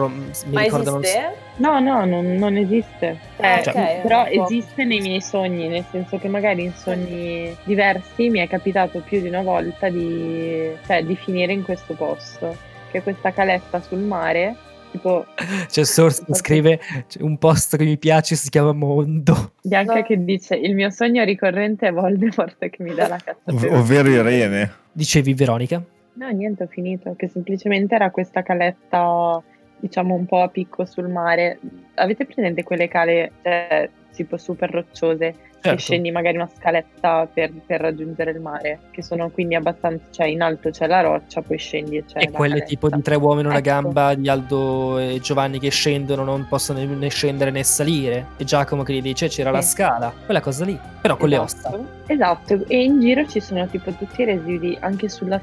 Speaker 1: mi
Speaker 5: Ma
Speaker 1: ricordano...
Speaker 5: esiste?
Speaker 3: No, non esiste.
Speaker 5: Ok,
Speaker 3: Però
Speaker 5: può-
Speaker 3: esiste nei miei sogni, nel senso che magari in sogni diversi mi è capitato più di una volta di finire in questo posto, che è questa caletta sul mare, tipo...
Speaker 1: C'è Source che scrive un post che mi piace, si chiama Mondo.
Speaker 3: Bianca
Speaker 5: No.
Speaker 3: che dice, il mio sogno ricorrente è Voldemort che mi dà la cazzo per
Speaker 2: Ovvero Irene.
Speaker 1: Dicevi Veronica?
Speaker 3: No, niente, ho finito, che semplicemente era questa caletta, diciamo un po' a picco sul mare. Avete presente quelle cale, tipo super rocciose, che
Speaker 1: Certo.
Speaker 3: scendi magari una scaletta per raggiungere il mare, che sono quindi abbastanza, cioè in alto c'è la roccia, poi scendi e c'è
Speaker 1: E
Speaker 3: la
Speaker 1: quelle
Speaker 3: caletta.
Speaker 1: tipo di 3 uomini e una
Speaker 3: Ecco.
Speaker 1: gamba di Aldo e Giovanni che scendono, non possono né scendere né salire. E Giacomo che gli dice c'era la
Speaker 3: Sì.
Speaker 1: scala, quella cosa lì, però con le ossa.
Speaker 3: Esatto, e in giro ci sono tipo tutti i residui, anche sul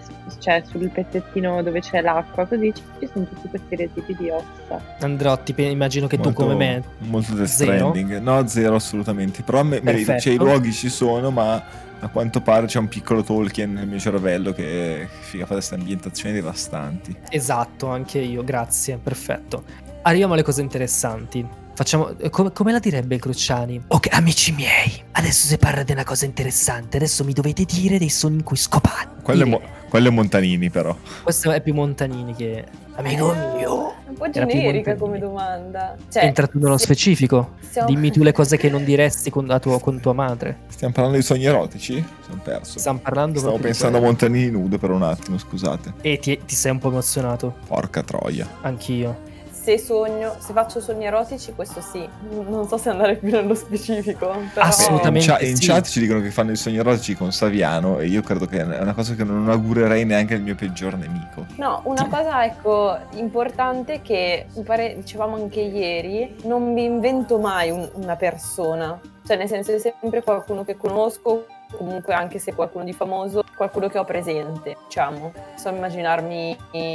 Speaker 3: pezzettino dove c'è l'acqua, così ci sono tutti questi residui di ossa.
Speaker 1: Androtti, immagino che tu come me.
Speaker 2: Molto Death
Speaker 1: Zero?
Speaker 2: Stranding. No, zero assolutamente. Però
Speaker 1: Perfetto.
Speaker 2: cioè, i luoghi ci sono, ma a quanto pare c'è un piccolo Tolkien nel mio cervello che figa fa queste ambientazioni devastanti.
Speaker 1: Esatto, anche io, grazie, perfetto. Arriviamo alle cose interessanti. Facciamo come la direbbe Cruciani? Ok, amici miei, adesso si parla di una cosa interessante. Adesso mi dovete dire dei sogni in cui scopate.
Speaker 2: Quello è Montanini, però.
Speaker 1: Questo è più Montanini che amico mio.
Speaker 5: Un po'
Speaker 1: Era più
Speaker 5: generica
Speaker 1: Montanini.
Speaker 5: come domanda. Cioè,
Speaker 1: Entra tu nello
Speaker 5: se-
Speaker 1: specifico.
Speaker 5: siamo-
Speaker 1: Dimmi tu le cose che non diresti con tua madre.
Speaker 2: Stiamo parlando di sogni erotici? Sono perso.
Speaker 1: Stiamo parlando
Speaker 2: Stavo
Speaker 1: proprio di
Speaker 2: pensando a
Speaker 1: quello.
Speaker 2: Montanini nudo per un attimo, scusate.
Speaker 1: E ti sei un po' emozionato.
Speaker 2: Porca troia.
Speaker 1: Anch'io.
Speaker 5: Se faccio sogni erotici, questo sì. Non so se andare più nello specifico. Però...
Speaker 1: Assolutamente.
Speaker 2: In
Speaker 1: sì.
Speaker 2: chat ci dicono che fanno i sogni erotici con Saviano e io credo che è una cosa che non augurerei neanche al mio peggior nemico.
Speaker 5: No, una cosa ecco importante che mi pare dicevamo anche ieri, non mi invento mai una persona, cioè nel senso è sempre qualcuno che conosco, comunque anche se qualcuno di famoso, qualcuno che ho presente, diciamo, so immaginarmi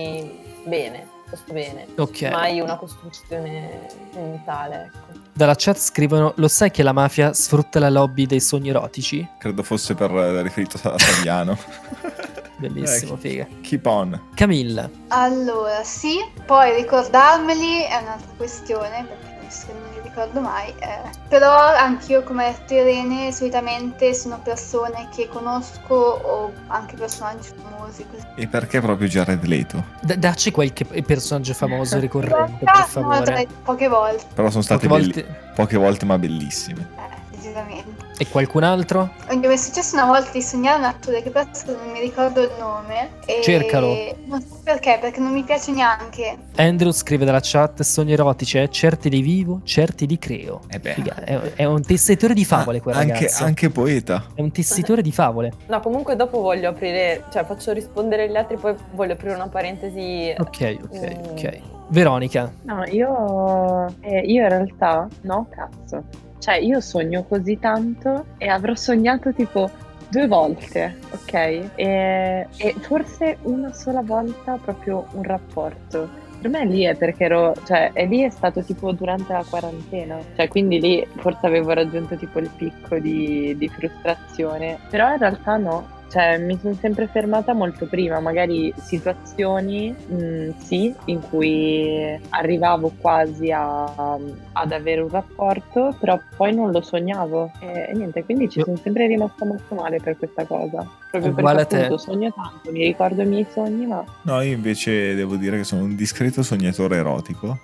Speaker 5: bene, piuttosto bene,
Speaker 1: Ok.
Speaker 5: mai una costruzione mentale, ecco.
Speaker 1: Dalla chat scrivono: lo sai che la mafia sfrutta la lobby dei sogni erotici?
Speaker 2: Credo fosse per riferito a Saviano.
Speaker 1: Bellissimo, figa.
Speaker 2: Keep on.
Speaker 1: Camilla.
Speaker 4: Allora, sì, poi ricordarmeli è un'altra questione, perché non li ricordo mai. Però anch'io, come ha detto Irene, solitamente sono persone che conosco o anche personaggi famosi. Così.
Speaker 2: E perché proprio Jared Leto?
Speaker 1: Dacci qualche personaggio famoso ricorrente, per
Speaker 4: No,
Speaker 1: favore.
Speaker 4: poche volte,
Speaker 2: Però sono state
Speaker 1: Poche
Speaker 2: poche volte ma bellissime.
Speaker 4: decisamente.
Speaker 1: E qualcun altro?
Speaker 4: Mi è successo una volta di sognare un attore che però non mi ricordo il nome. E
Speaker 1: Cercalo.
Speaker 4: Non so perché non mi piace neanche.
Speaker 1: Andrew scrive dalla chat: sogni erotici, certi di vivo, certi di creo.
Speaker 2: beh.
Speaker 1: Figa, è un tessitore di favole quel ragazzo.
Speaker 2: Anche poeta.
Speaker 1: È un tessitore di favole.
Speaker 5: No, comunque dopo voglio aprire, cioè faccio rispondere gli altri, poi voglio aprire una parentesi.
Speaker 1: Ok. Veronica.
Speaker 3: No, io in realtà, no, cazzo. cioè io sogno così tanto e avrò sognato tipo 2 volte, ok? E forse una sola volta proprio un rapporto. Per me lì è perché e lì è stato tipo durante la quarantena, cioè quindi lì forse avevo raggiunto tipo il picco di frustrazione, però in realtà no. Cioè, mi sono sempre fermata molto prima, magari situazioni, sì, in cui arrivavo quasi ad avere un rapporto, però poi non lo sognavo. E niente, quindi ci sono sempre rimasta molto male per questa cosa. Proprio
Speaker 1: Uguale a
Speaker 3: perché
Speaker 1: te.
Speaker 3: appunto sogno tanto, mi ricordo i miei sogni, ma
Speaker 2: No, io invece devo dire che sono un discreto sognatore erotico.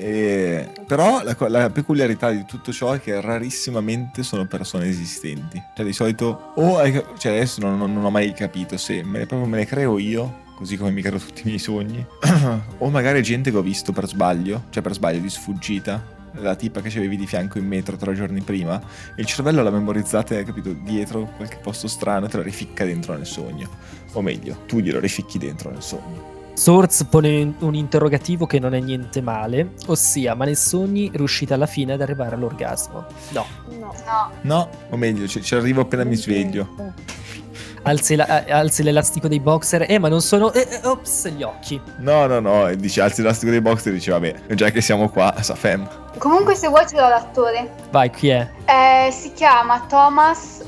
Speaker 2: Però la peculiarità di tutto ciò è che rarissimamente sono persone esistenti. Cioè di solito, cioè adesso non ho mai capito se proprio me ne creo io, così come mi creo tutti i miei sogni, o magari gente che ho visto per sbaglio, di sfuggita. La tipa che c'avevi di fianco in metro 3 giorni prima, il cervello l'ha memorizzata, capito, dietro qualche posto strano e te la rificca dentro nel sogno. O meglio, tu glielo rificchi dentro nel sogno.
Speaker 1: Source pone un interrogativo che non è niente male, ossia, ma nei sogni riuscite alla fine ad arrivare all'orgasmo? No.
Speaker 2: No, o meglio, ci arrivo appena mi sveglio.
Speaker 1: Alzi l'elastico dei boxer, ma non sono... ops, gli occhi.
Speaker 2: No, e dici alzi l'elastico dei box e dici vabbè, già che siamo qua, Safem.
Speaker 4: Comunque se vuoi ce l'ho l'attore.
Speaker 1: Vai, chi è?
Speaker 4: Si chiama Thomas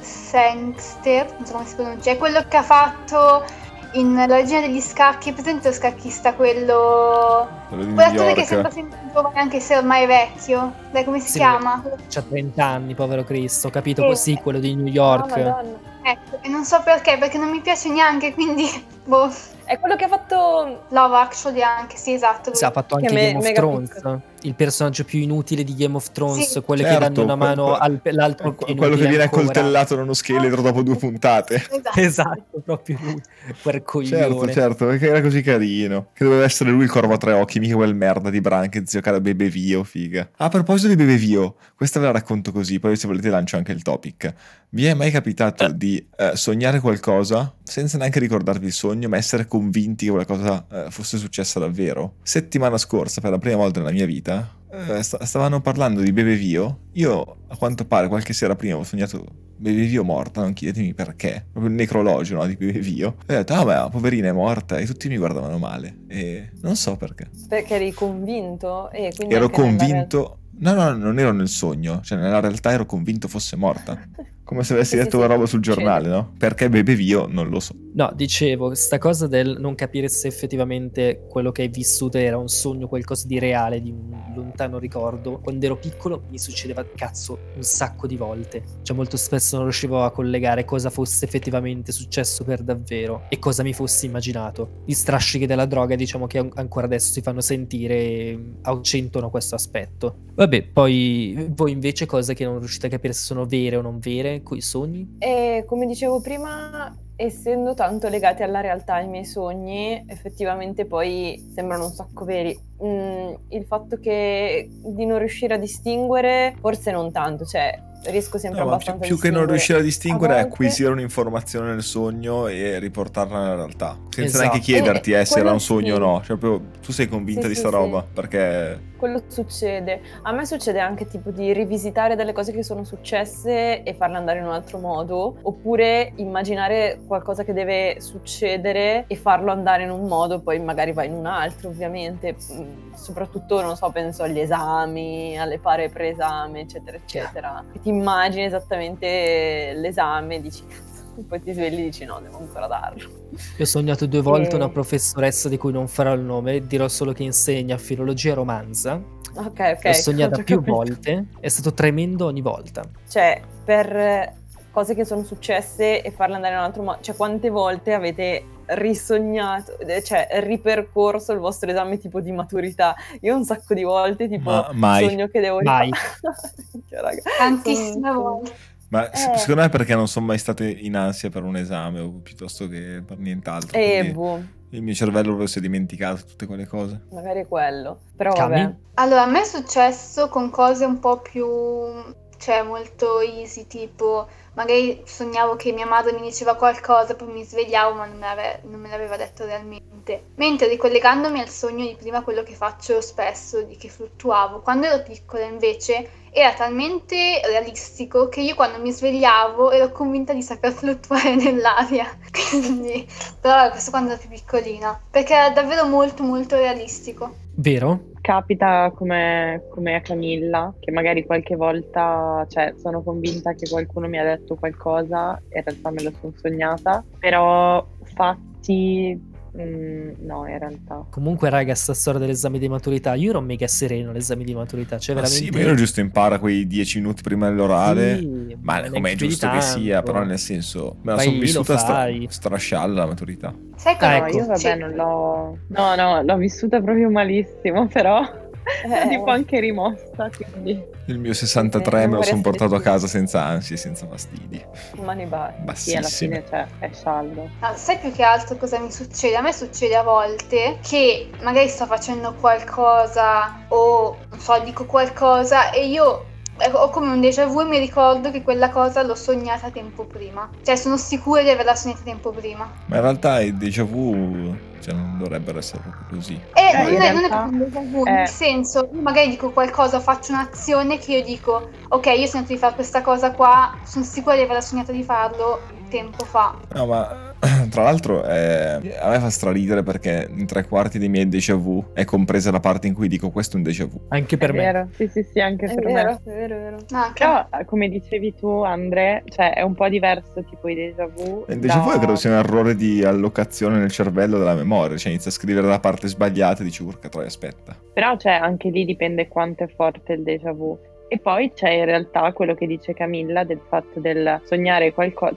Speaker 4: Sangster, non so come si pronuncia, è quello che ha fatto in La regina degli scacchi, è presente lo scacchista, quello
Speaker 2: Quello di New
Speaker 4: quell'attore che
Speaker 2: York.
Speaker 4: sembra sempre giovane anche se ormai è vecchio. Dai, come si
Speaker 1: Sì,
Speaker 4: chiama?
Speaker 1: C'ha 30 anni, povero Cristo, capito?
Speaker 4: Sì.
Speaker 1: Sì, quello di New York.
Speaker 5: Oh, Madonna.
Speaker 4: Ecco, e non so perché non mi piace neanche, quindi boh.
Speaker 5: È quello che ha fatto...
Speaker 4: Love Actually anche, sì, esatto.
Speaker 1: Sì, ha fatto anche
Speaker 5: Che
Speaker 1: Game of
Speaker 5: mega
Speaker 1: Thrones,
Speaker 5: piccolo.
Speaker 1: il personaggio più inutile di Game of Thrones,
Speaker 4: Sì.
Speaker 1: quello che
Speaker 2: Certo,
Speaker 1: danno una mano all'altro più
Speaker 2: quello che
Speaker 1: inutile
Speaker 2: viene
Speaker 1: ancora.
Speaker 2: accoltellato da uno scheletro dopo 2 puntate.
Speaker 4: Esatto.
Speaker 1: Esatto, proprio lui, quel coglione.
Speaker 2: Certo, perché era così carino. Che doveva essere lui il corvo a 3 occhi, mica quel merda di Bran che zio cara Bebevio, figa. A proposito di Bebevio, questa ve la racconto così, poi se volete lancio anche il topic. Vi è mai capitato di sognare qualcosa senza neanche ricordarvi il sogno, ma essere convinti che quella cosa fosse successa davvero? Settimana scorsa, per la prima volta nella mia vita, stavano parlando di Bebevio. Io, a quanto pare, qualche sera prima ho sognato Bebevio morta, non chiedetemi perché, proprio il necrologio, no, di Bebevio. E ho detto, ma poverina è morta, e tutti mi guardavano male, e non so perché.
Speaker 5: Perché eri convinto? E quindi
Speaker 2: Ero
Speaker 5: anche nella
Speaker 2: convinto... No, non ero nel sogno, cioè nella realtà ero convinto fosse morta. Come se avessi
Speaker 5: Sì,
Speaker 2: detto
Speaker 5: sì,
Speaker 2: una roba sul
Speaker 5: succede.
Speaker 2: giornale, no? Perché Bebevio non lo so.
Speaker 1: No, dicevo, sta cosa del non capire se effettivamente quello che hai vissuto era un sogno, qualcosa di reale, di un lontano ricordo. Quando ero piccolo mi succedeva, cazzo, un sacco di volte. Cioè molto spesso non riuscivo a collegare cosa fosse effettivamente successo per davvero e cosa mi fossi immaginato. Gli strascichi della droga, diciamo che ancora adesso si fanno sentire e accentuano questo aspetto. Vabbè, poi voi invece cose che non riuscite a capire se sono vere o non vere, coi sogni?
Speaker 5: E come dicevo prima, essendo tanto legati alla realtà i miei sogni, effettivamente poi sembrano un sacco veri. Il fatto che di non riuscire a distinguere, forse non tanto, cioè riesco sempre
Speaker 2: No, ma
Speaker 5: abbastanza
Speaker 2: più che non riuscire a distinguere
Speaker 5: A
Speaker 2: è
Speaker 5: volte-
Speaker 2: acquisire un'informazione nel sogno e riportarla nella realtà. Senza
Speaker 1: Esatto.
Speaker 2: neanche chiederti se era
Speaker 5: quello
Speaker 2: un sogno o
Speaker 5: sì.
Speaker 2: no. Cioè proprio tu sei convinta
Speaker 5: Sì,
Speaker 2: di
Speaker 5: sì,
Speaker 2: sta
Speaker 5: sì.
Speaker 2: roba, perché...
Speaker 5: Quello succede. A me succede anche tipo di rivisitare delle cose che sono successe e farle andare in un altro modo, oppure immaginare qualcosa che deve succedere e farlo andare in un modo, poi magari va in un altro, ovviamente. Soprattutto, non so, penso agli esami, alle pare preesame, eccetera, eccetera. Che ti immagini esattamente l'esame e dici, cazzo, poi ti svegli e dici no, devo ancora darlo.
Speaker 1: Io ho sognato 2 volte
Speaker 5: E-
Speaker 1: una professoressa di cui non farò il nome, dirò solo che insegna filologia romanza.
Speaker 5: Ok.
Speaker 1: L'ho sognata
Speaker 5: ho
Speaker 1: più
Speaker 5: capito.
Speaker 1: volte, è stato tremendo ogni volta.
Speaker 5: Cioè, per cose che sono successe e farle andare in un altro modo, cioè quante volte avete risognato, cioè ripercorso il vostro esame tipo di maturità? Io un sacco di volte, tipo,
Speaker 2: Ma mai.
Speaker 5: sogno che devo
Speaker 1: Mai.
Speaker 5: Raga.
Speaker 4: Tantissime
Speaker 5: Sono-
Speaker 4: volte.
Speaker 2: Ma secondo me è perché non sono mai state in ansia per un esame o piuttosto che per nient'altro. quindi
Speaker 5: boh,
Speaker 2: il mio cervello proprio si è dimenticato tutte quelle cose.
Speaker 5: magari è quello. Però
Speaker 1: Cami?
Speaker 5: vabbè.
Speaker 4: Allora, a me è successo con cose un po' più, cioè molto easy, tipo magari sognavo che mia madre mi diceva qualcosa, poi mi svegliavo ma non me l'aveva detto realmente. niente. Mentre ricollegandomi al sogno di prima, quello che faccio spesso, di che fluttuavo, quando ero piccola invece era talmente realistico che io quando mi svegliavo ero convinta di saper fluttuare nell'aria. Quindi, però questo quando ero più piccolina, perché era davvero molto molto realistico.
Speaker 1: Vero?
Speaker 3: Capita come a Camilla, che magari qualche volta, cioè sono convinta che qualcuno mi ha detto qualcosa, in realtà me lo sono sognata, però fatti no, in realtà.
Speaker 1: Comunque, raga, sta storia dell'esame di maturità, io ero mega sereno all'esame di maturità, cioè veramente...
Speaker 2: Sì, ma io giusto impara quei 10 minuti prima dell'orale,
Speaker 1: Sì,
Speaker 2: ma
Speaker 1: non
Speaker 2: com'è
Speaker 1: è più di
Speaker 2: giusto che sia,
Speaker 1: tanto.
Speaker 2: però nel senso, me la
Speaker 1: Vai
Speaker 2: sono
Speaker 1: lì, lo
Speaker 2: vissuta
Speaker 1: fai.
Speaker 2: strascialla la maturità.
Speaker 4: Sai cosa?
Speaker 1: Ah,
Speaker 3: No,
Speaker 1: ecco.
Speaker 3: io vabbè non l'ho... No, l'ho vissuta proprio malissimo, però tipo anche rimossa, quindi...
Speaker 2: Il mio 63
Speaker 5: non
Speaker 2: me lo sono
Speaker 5: vorrei
Speaker 2: portato a
Speaker 5: essere
Speaker 2: casa senza ansie, senza fastidi.
Speaker 5: Mani basse.
Speaker 3: Sì, alla
Speaker 2: Bassissime.
Speaker 3: fine cioè, è sciallo.
Speaker 4: No, sai più che altro cosa mi succede? A me succede a volte che magari sto facendo qualcosa o non so, dico qualcosa e io ho come un déjà vu e mi ricordo che quella cosa l'ho sognata tempo prima. Cioè sono sicura di averla sognata tempo prima.
Speaker 2: Ma in realtà i déjà vu, cioè, non dovrebbero essere proprio così.
Speaker 4: E
Speaker 3: in
Speaker 4: non è
Speaker 3: realtà,
Speaker 4: proprio un déjà vu, nel senso, io magari dico qualcosa, faccio un'azione che io dico, ok, io ho sognato di fare questa cosa qua, sono sicura di averla sognata di farlo tempo fa.
Speaker 2: No, ma tra l'altro a me fa straridere perché in 3/4 dei miei déjà vu è compresa la parte in cui dico questo è un déjà vu.
Speaker 1: Anche per
Speaker 3: è
Speaker 1: me.
Speaker 3: vero, sì, anche
Speaker 5: È
Speaker 3: per
Speaker 5: vero,
Speaker 3: me.
Speaker 5: è vero.
Speaker 4: No, anche
Speaker 3: Però, come dicevi tu, Andre, cioè è un po' diverso tipo i déjà vu.
Speaker 2: Il déjà vu credo sia un errore di allocazione nel cervello della memoria, cioè inizia a scrivere la parte sbagliata e dici urca troia, aspetta.
Speaker 3: Però cioè, anche lì dipende quanto è forte il déjà vu. E poi c'è in realtà quello che dice Camilla del fatto del sognare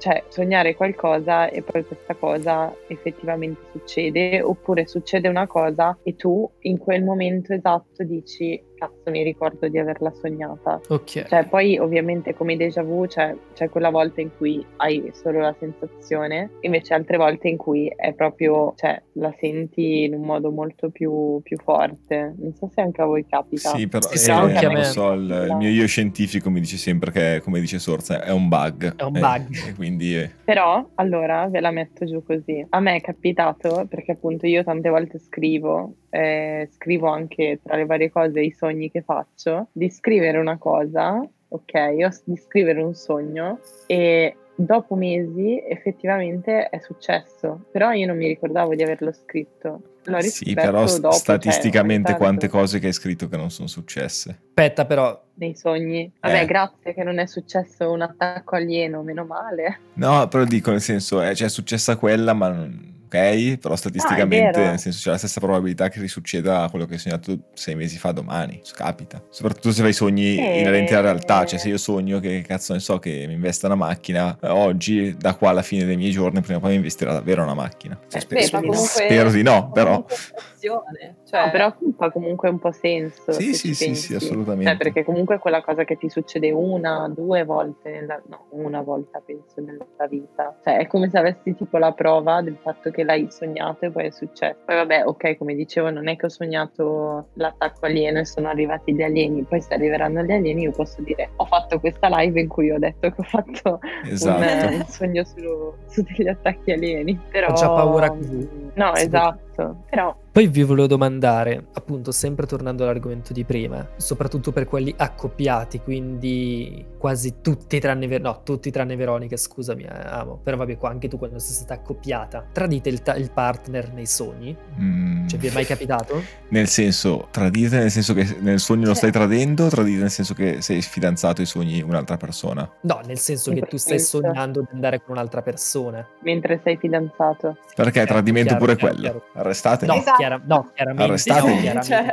Speaker 3: qualcosa e poi questa cosa effettivamente succede, oppure succede una cosa e tu in quel momento esatto dici cazzo mi ricordo di averla sognata.
Speaker 1: Ok.
Speaker 3: Cioè poi ovviamente come déjà vu c'è quella volta in cui hai solo la sensazione, invece altre volte in cui è proprio, cioè la senti in un modo molto più forte. Non so se anche a voi capita.
Speaker 2: Sì, però
Speaker 1: Sì, anche a me.
Speaker 2: lo so, il mio io scientifico mi dice sempre che, come dice Sorza, è un bug.
Speaker 1: È un bug.
Speaker 2: E quindi...
Speaker 3: Però, allora, ve la metto giù così. A me è capitato, perché appunto io tante volte scrivo anche tra le varie cose i sogni che faccio, di scrivere una cosa, di scrivere un sogno e dopo mesi effettivamente è successo, però io non mi ricordavo di averlo scritto. L'ho
Speaker 2: Sì,
Speaker 3: riscoperto
Speaker 2: però
Speaker 3: dopo,
Speaker 2: statisticamente
Speaker 3: cioè, ho
Speaker 2: quante
Speaker 3: riscoperto
Speaker 2: cose che hai scritto che non sono successe.
Speaker 1: Aspetta, però,
Speaker 3: nei sogni. Vabbè, grazie che non è successo un attacco alieno, meno male.
Speaker 2: No, però dico, nel senso, cioè, è successa quella, ma ok, però statisticamente,
Speaker 3: vero.
Speaker 2: nel senso, c'è la stessa probabilità che risucceda quello che hai sognato 6 mesi fa domani. Capita. Soprattutto se fai sogni inerenti alla realtà. Cioè, se io sogno che cazzo ne so che mi investa una macchina, oggi, da qua alla fine dei miei giorni, prima o poi mi investirà davvero una macchina. Cioè, spero di no, però.
Speaker 5: Cioè...
Speaker 3: No, però fa comunque un po' senso.
Speaker 2: Sì, assolutamente.
Speaker 3: Cioè, perché comunque è quella cosa che ti succede una, due volte, una volta penso nella vita. Cioè, è come se avessi tipo la prova del fatto che l'hai sognato e poi è successo. Poi vabbè, ok, come dicevo, non è che ho sognato l'attacco alieno e sono arrivati gli alieni, poi se arriveranno gli alieni io posso dire ho fatto questa live in cui ho detto che ho fatto un sogno su degli attacchi alieni. Però
Speaker 1: ho già paura così.
Speaker 3: No, esatto. Però
Speaker 1: poi vi volevo domandare, appunto, sempre tornando all'argomento di prima, soprattutto per quelli accoppiati, quindi quasi tutti tranne Veronica, scusami, amo, però vabbè, qua anche tu quando sei stata accoppiata, tradite il partner nei sogni? Cioè, vi è mai capitato?
Speaker 2: Nel senso, tradite nel senso che nel sogno lo stai tradendo, o tradite nel senso che sei fidanzato e sogni un'altra persona?
Speaker 1: No, nel senso che tu stai sognando di andare con un'altra persona.
Speaker 3: Mentre sei fidanzato.
Speaker 2: Perché è tradimento
Speaker 1: chiaro,
Speaker 2: pure
Speaker 1: chiaro,
Speaker 2: quello.
Speaker 1: chiaro.
Speaker 2: Arrestatemi.
Speaker 1: No,
Speaker 4: Esatto.
Speaker 1: chiaramente
Speaker 2: Arrestatemi.
Speaker 1: no, chiaramente
Speaker 5: Cioè,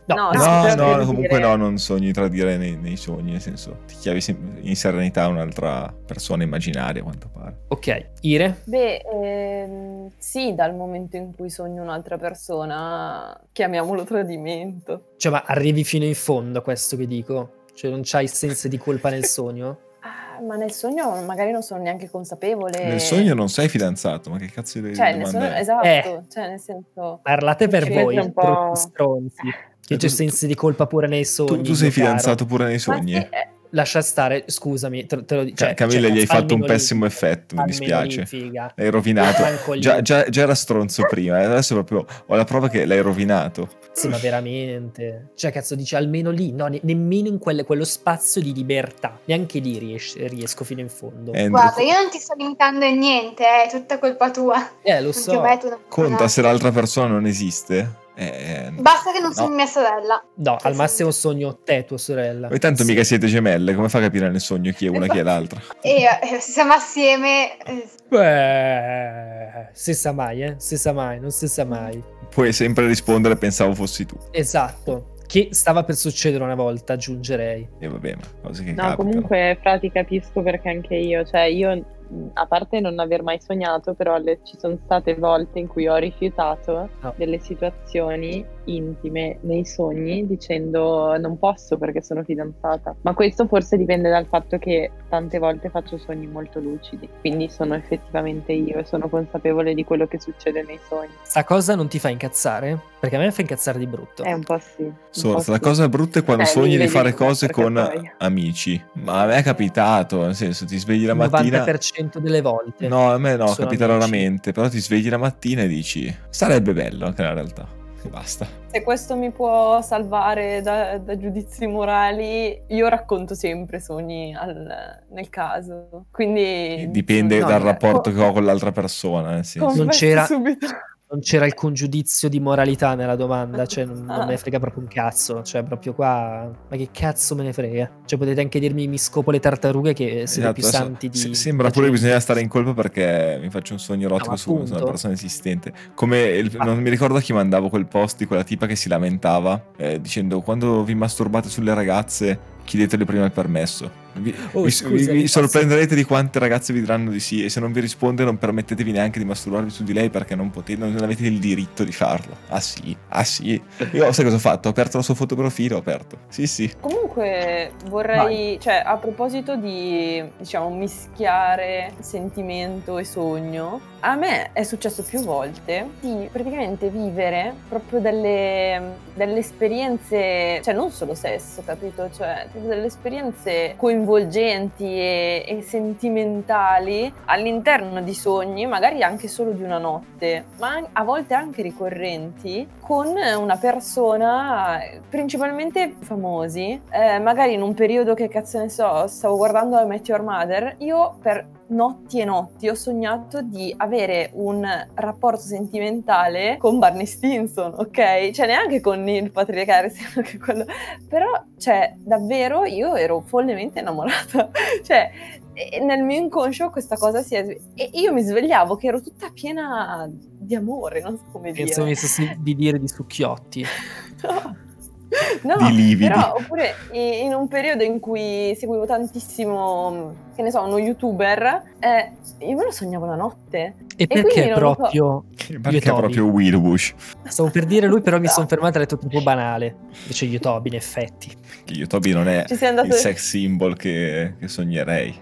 Speaker 2: No, comunque
Speaker 3: dire...
Speaker 2: no, non sogni tradire nei sogni, nel senso ti chiavi in serenità un'altra persona immaginaria, a quanto pare.
Speaker 1: Ok, Ire?
Speaker 5: Beh, sì, dal momento in cui sogno un'altra persona, chiamiamolo tradimento.
Speaker 1: Cioè, ma arrivi fino in fondo a questo che dico? Cioè, non c'hai senso di colpa nel sogno?
Speaker 5: Ma nel sogno magari non sono neanche consapevole.
Speaker 2: Nel sogno non sei fidanzato, ma che cazzo di
Speaker 5: Cioè,
Speaker 2: domanda è?
Speaker 5: esatto, cioè nel senso...
Speaker 1: Parlate per voi,
Speaker 3: un po'
Speaker 1: brutti stronzi. Che c'è sensi di colpa pure nei sogni.
Speaker 2: Tu sei
Speaker 1: mio caro.
Speaker 2: fidanzato pure nei sogni?
Speaker 5: Ma sì,
Speaker 1: lascia stare, scusami, te lo dico.
Speaker 2: Camilla, gli hai fatto un pessimo effetto, mi dispiace. L'hai rovinato. Già era stronzo prima, adesso proprio ho la prova che l'hai rovinato.
Speaker 1: Sì, ma veramente. Cioè, cazzo, dici almeno lì, no, nemmeno in quello spazio di libertà. Neanche lì riesco fino in fondo.
Speaker 4: Guarda, io non ti sto limitando in niente, è tutta colpa tua.
Speaker 1: Lo so.
Speaker 2: Conta se l'altra persona non esiste.
Speaker 4: Basta che non sogni mia sorella.
Speaker 1: No, al massimo sogno te, tua sorella.
Speaker 2: Poi tanto mica siete gemelle, come fa a capire nel sogno chi è una e chi è l'altra?
Speaker 4: Se siamo assieme...
Speaker 1: Beh, si sa mai, si sa mai, non si sa mai.
Speaker 2: Puoi sempre rispondere pensavo fossi tu.
Speaker 1: Esatto. Che stava per succedere una volta, aggiungerei.
Speaker 2: E vabbè, ma cose che
Speaker 3: No,
Speaker 2: capitano.
Speaker 3: comunque, Fra, ti capisco perché anche io, cioè io, a parte non aver mai sognato, però ci sono state volte in cui ho rifiutato delle situazioni intime nei sogni dicendo non posso perché sono fidanzata. Ma questo forse dipende dal fatto che tante volte faccio sogni molto lucidi, quindi sono effettivamente io e sono consapevole di quello che succede nei sogni.
Speaker 1: Sta cosa non ti fa incazzare? Perché a me fa incazzare di brutto.
Speaker 3: Un po' sì.
Speaker 2: La cosa brutta è quando sogni di fare cose con amici. Ma a me è capitato, nel senso ti svegli la mattina...
Speaker 1: 90% delle volte.
Speaker 2: No, a me no, capita
Speaker 1: amici.
Speaker 2: raramente, però ti svegli la mattina e dici sarebbe bello anche nella realtà. E basta.
Speaker 5: Se questo mi può salvare da giudizi morali, io racconto sempre sogni nel caso. Quindi
Speaker 2: dipende dal rapporto che ho con l'altra persona. Nel senso.
Speaker 1: Non c'era alcun giudizio di moralità nella domanda, cioè non me ne frega proprio un cazzo, cioè proprio qua, ma che cazzo me ne frega? Cioè potete anche dirmi mi scopo le tartarughe che siete più santi di...
Speaker 2: Sembra pure che bisogna stare in colpa perché mi faccio un sogno erotico su una persona esistente. Come non mi ricordo a chi mandavo quel post di quella tipa che si lamentava dicendo quando vi masturbate sulle ragazze chiedetele prima il permesso. Vi sorprenderete di quante ragazze vi diranno di sì e se non vi risponde non permettetevi neanche di masturbarvi su di lei perché non avete il diritto di farlo. Ah sì. Io sai cosa ho fatto? Ho aperto il suo fotoprofilo, Sì.
Speaker 5: Comunque vorrei, cioè a proposito di, diciamo, mischiare sentimento e sogno, a me è successo più volte di praticamente vivere proprio delle esperienze, cioè non solo sesso, capito? Cioè delle esperienze coinvolgenti e sentimentali all'interno di sogni, magari anche solo di una notte, ma a volte anche ricorrenti, con una persona, principalmente famosi, magari in un periodo che cazzo ne so, stavo guardando I Met Your Mother, io per notti e notti ho sognato di avere un rapporto sentimentale con Barney Stinson, ok? Cioè neanche con Neil Patrick Harris, che quello... però cioè davvero io ero follemente innamorata, cioè nel mio inconscio questa cosa e io mi svegliavo che ero tutta piena di amore, non so come dire.
Speaker 1: Penso mi stessi di dire di succhiotti.
Speaker 5: No,
Speaker 2: di lividi.
Speaker 5: Però oppure in un periodo in cui seguivo tantissimo, che ne so, uno youtuber, io me lo sognavo la notte.
Speaker 1: E perché proprio
Speaker 2: Perché proprio Will Bush?
Speaker 1: Stavo per dire lui, però mi sono fermato e ho detto troppo banale. Invece Yotobi, in effetti.
Speaker 2: Yotobi non è il sex symbol che sognerei.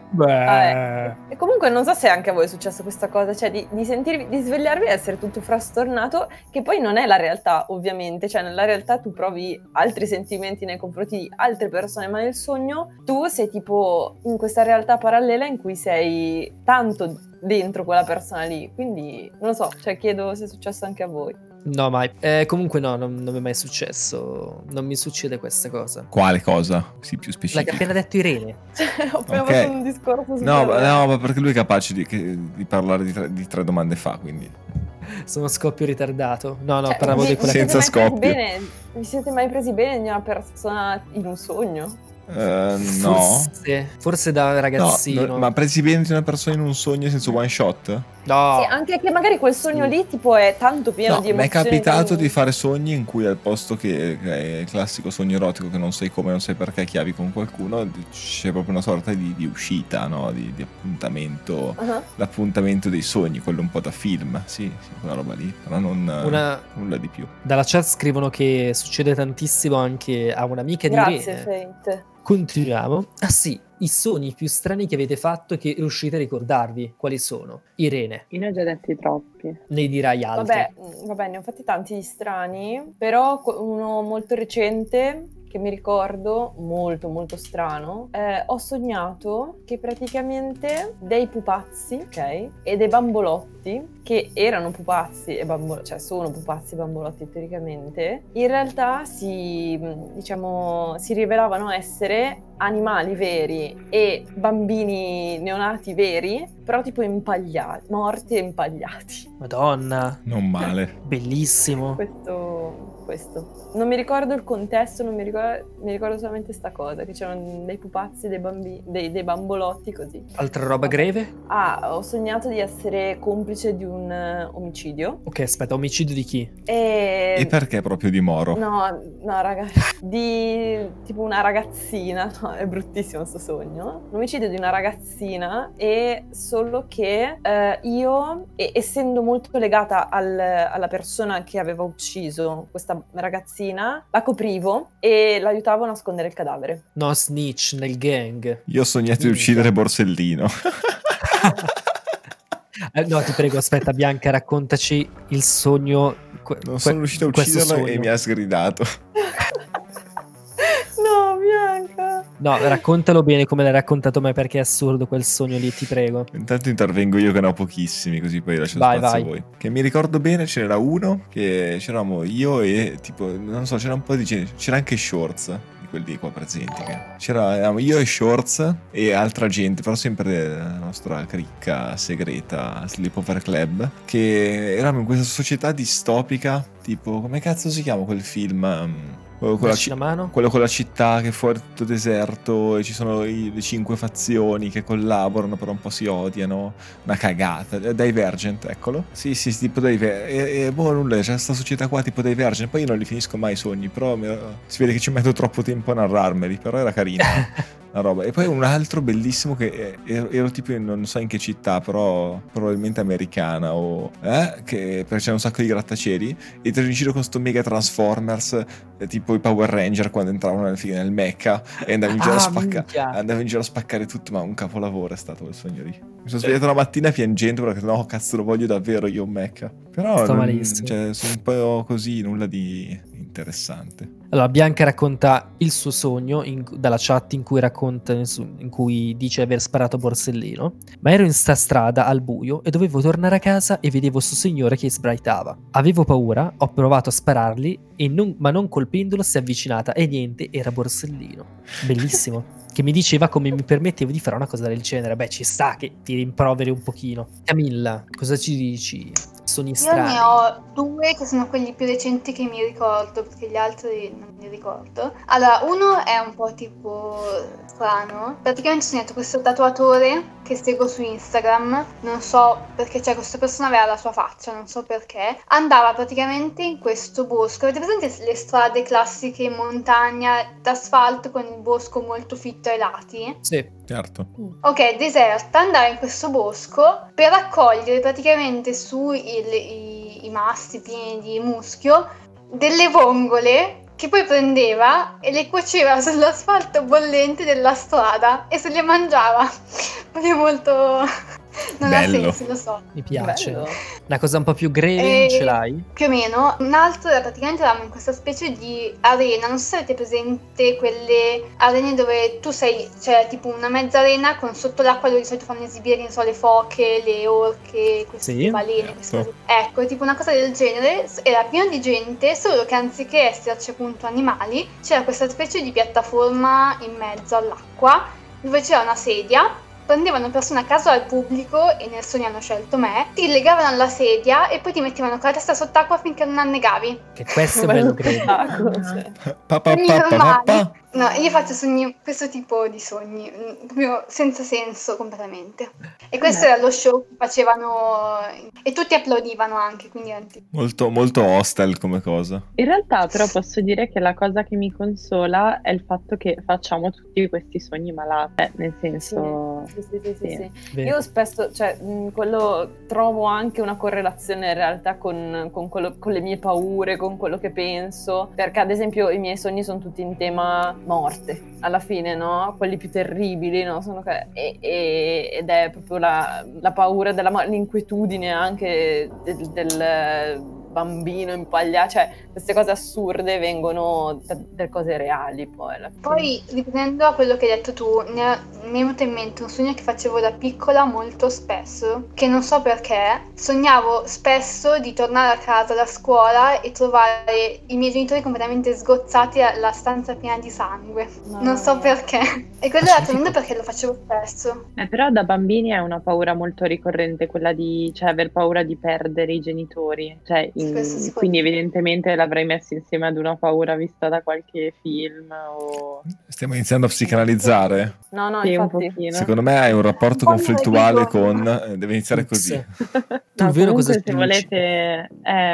Speaker 5: E comunque non so se anche a voi è successo questa cosa, cioè di sentirvi, di svegliarvi e essere tutto frastornato, che poi non è la realtà, ovviamente. Cioè nella realtà tu provi altri sentimenti nei confronti di altre persone, ma nel sogno tu sei tipo in questa realtà parallela in cui sei tanto dentro quella persona lì, quindi non lo so, cioè chiedo se è successo anche a voi.
Speaker 1: No, mai. Comunque no, non mi è mai successo. Non mi succede questa cosa.
Speaker 2: Quale cosa? Sì, più specifica.
Speaker 1: L'hai appena detto Irene.
Speaker 5: Cioè, ho appena fatto un discorso su
Speaker 2: no, ma perché lui è capace di parlare di 3 domande fa, quindi...
Speaker 1: Sono scoppio ritardato. No,
Speaker 5: cioè,
Speaker 1: parlavo di quella
Speaker 2: senza scoppio.
Speaker 5: Vi siete mai presi bene di una persona in un sogno?
Speaker 2: No.
Speaker 1: Forse da ragazzino.
Speaker 2: No, ma presi bene di una persona in un sogno senza one shot?
Speaker 1: No.
Speaker 5: Sì, anche che magari quel sogno lì tipo è tanto pieno di emozioni.
Speaker 2: Mi è capitato di fare sogni in cui al posto che è il classico sogno erotico che non sai come, non sai perché chiavi con qualcuno, c'è proprio una sorta di uscita, no? Di appuntamento. L'appuntamento dei sogni, quello un po' da film. Sì, quella roba lì, però non nulla di più.
Speaker 1: Dalla chat scrivono che succede tantissimo anche a un'amica di
Speaker 5: Irene.
Speaker 1: Grazie,
Speaker 5: Fate.
Speaker 1: Continuiamo. Ah sì, i sogni più strani che avete fatto che riuscite a ricordarvi, quali sono? Irene.
Speaker 3: Io ne ho già detti troppi.
Speaker 1: Ne dirai altri.
Speaker 5: Vabbè, ne ho fatti tanti di strani, però uno molto recente che mi ricordo, molto molto strano, ho sognato che praticamente dei pupazzi, ok, e dei bambolotti, che erano pupazzi e cioè sono pupazzi e bambolotti teoricamente, in realtà si rivelavano essere animali veri e bambini neonati veri, però tipo impagliati, morti e impagliati.
Speaker 1: Madonna,
Speaker 2: Non male.
Speaker 1: bellissimo.
Speaker 5: Questo. Non mi ricordo il contesto, mi ricordo solamente sta cosa, che c'erano dei pupazzi, dei bambini, dei bambolotti così.
Speaker 1: Altra roba greve?
Speaker 5: Ho sognato di essere complice di un omicidio.
Speaker 1: Ok, aspetta, omicidio di chi?
Speaker 2: E perché proprio di Moro?
Speaker 5: No, raga, di tipo una ragazzina, no, è bruttissimo sto sogno. L'omicidio di una ragazzina, e solo che io, essendo molto legata alla persona che aveva ucciso questa ragazzina, la coprivo e l'aiutavo a nascondere il cadavere.
Speaker 1: No, snitch nel gang.
Speaker 2: Io ho sognato di uccidere Borsellino.
Speaker 1: No, ti prego, aspetta, Bianca, raccontaci il sogno.
Speaker 2: Non sono riuscito a ucciderlo e mi ha sgridato.
Speaker 5: No, Bianca!
Speaker 1: No, raccontalo bene come l'hai raccontato me, perché è assurdo quel sogno lì, ti prego.
Speaker 2: Intanto intervengo io che ne ho pochissimi, così poi lascio spazio a voi. Che mi ricordo bene, ce n'era uno che c'eravamo io e tipo, non so, c'era un po' di gente, c'era anche Shorts, di quelli qua presenti. C'eravamo io e Shorts e altra gente, però sempre la nostra cricca segreta Sleepover Club, che eravamo in questa società distopica, tipo, come cazzo si chiama quel film? Quello con la città che è fuori tutto deserto e ci sono le 5 fazioni che collaborano però un po' si odiano, una cagata. Divergent, eccolo. Sì, tipo Divergent. E nulla, c'è questa società qua tipo Divergent, poi io non li finisco mai i sogni, però si vede che ci metto troppo tempo a narrarmeli, però era carino. La roba. E poi un altro bellissimo che ero tipo in, non so in che città, però probabilmente americana perché c'era un sacco di grattacieli e ero in giro con sto mega Transformers, tipo i Power Ranger quando entravano nel Mecca, e andavo in giro a spaccare tutto, ma un capolavoro è stato quel sogno lì. Mi sono svegliato la mattina piangendo perché no, cazzo, lo voglio davvero io un Mecca. Però sono un po' così, nulla di interessante.
Speaker 1: Allora, Bianca racconta il suo sogno dalla chat in cui dice aver sparato a Borsellino. Ma ero in sta strada al buio e dovevo tornare a casa e vedevo sto signore che sbraitava. Avevo paura, ho provato a sparargli, ma non colpendolo si è avvicinata e niente, era Borsellino. Bellissimo. Che mi diceva come mi permettevo di fare una cosa del genere. Beh, ci sta che ti rimproveri un pochino. Camilla, cosa ci dici? Sogni strani.
Speaker 4: Io ne ho 2 che sono quelli più recenti che mi ricordo, perché gli altri non mi ricordo. Allora, uno è un po' tipo strano. Praticamente ho sognato questo tatuatore che seguo su Instagram, non so perché, cioè questa persona aveva la sua faccia, non so perché. Andava praticamente in questo bosco. Avete presente le strade classiche in montagna d'asfalto con il bosco molto fitto ai lati?
Speaker 1: Sì,
Speaker 2: certo.
Speaker 4: Ok, deserta, andava in questo bosco per raccogliere praticamente i masti pieni di muschio delle vongole che poi prendeva e le cuoceva sull'asfalto bollente della strada e se le mangiava. Proprio molto... Non
Speaker 2: bello.
Speaker 4: ha senso, lo so.
Speaker 1: Mi piace.
Speaker 5: Bello.
Speaker 1: Una cosa un po' più greve ce l'hai?
Speaker 4: Più o meno. Un altro era praticamente eravamo in questa specie di arena. Non so se avete presente quelle arene dove tu sei, cioè tipo una mezza arena con sotto l'acqua dove di solito fanno esibire, non so, le foche, le orche, queste balene, queste cose. Ecco, tipo una cosa del genere. Era pieno di gente, solo che anziché esserci appunto animali, c'era questa specie di piattaforma in mezzo all'acqua dove c'era una sedia. Prendevano persone a caso al pubblico e nel sogno hanno scelto me, ti legavano alla sedia e poi ti mettevano con la testa sott'acqua finché non annegavi.
Speaker 1: Che questo è bello greve.
Speaker 4: No, io faccio questo tipo di sogni, proprio senza senso completamente. E questo era lo show che facevano e tutti applaudivano anche, quindi
Speaker 2: molto, molto hostel come cosa.
Speaker 3: In realtà però posso dire che la cosa che mi consola è il fatto che facciamo tutti questi sogni malati, nel senso...
Speaker 5: Sì. Io spesso, cioè, quello trovo anche una correlazione in realtà con le mie paure, con quello che penso, perché ad esempio i miei sogni sono tutti in tema morte, alla fine, no? Quelli più terribili, no? Ed è proprio la paura della l'inquietudine anche bambino impagliato, cioè queste cose assurde vengono da cose reali poi alla fine.
Speaker 4: Poi, riprendendo a quello che hai detto tu, mi è venuto in mente un sogno che facevo da piccola molto spesso, che non so perché, sognavo spesso di tornare a casa da scuola e trovare i miei genitori completamente sgozzati alla stanza piena di sangue. Non so perché. E quello era tremendo perché lo facevo spesso.
Speaker 3: Però da bambini è una paura molto ricorrente quella di, cioè, aver paura di perdere i genitori. Cioè, quindi evidentemente l'avrei messo insieme ad una paura vista da qualche film o...
Speaker 2: Stiamo iniziando a psicanalizzare?
Speaker 5: No,
Speaker 3: Sì, un
Speaker 5: infatti.
Speaker 3: pochino.
Speaker 2: Secondo me hai un rapporto conflittuale con... deve iniziare così.
Speaker 1: Tu vero cosa
Speaker 3: comunque, se volete,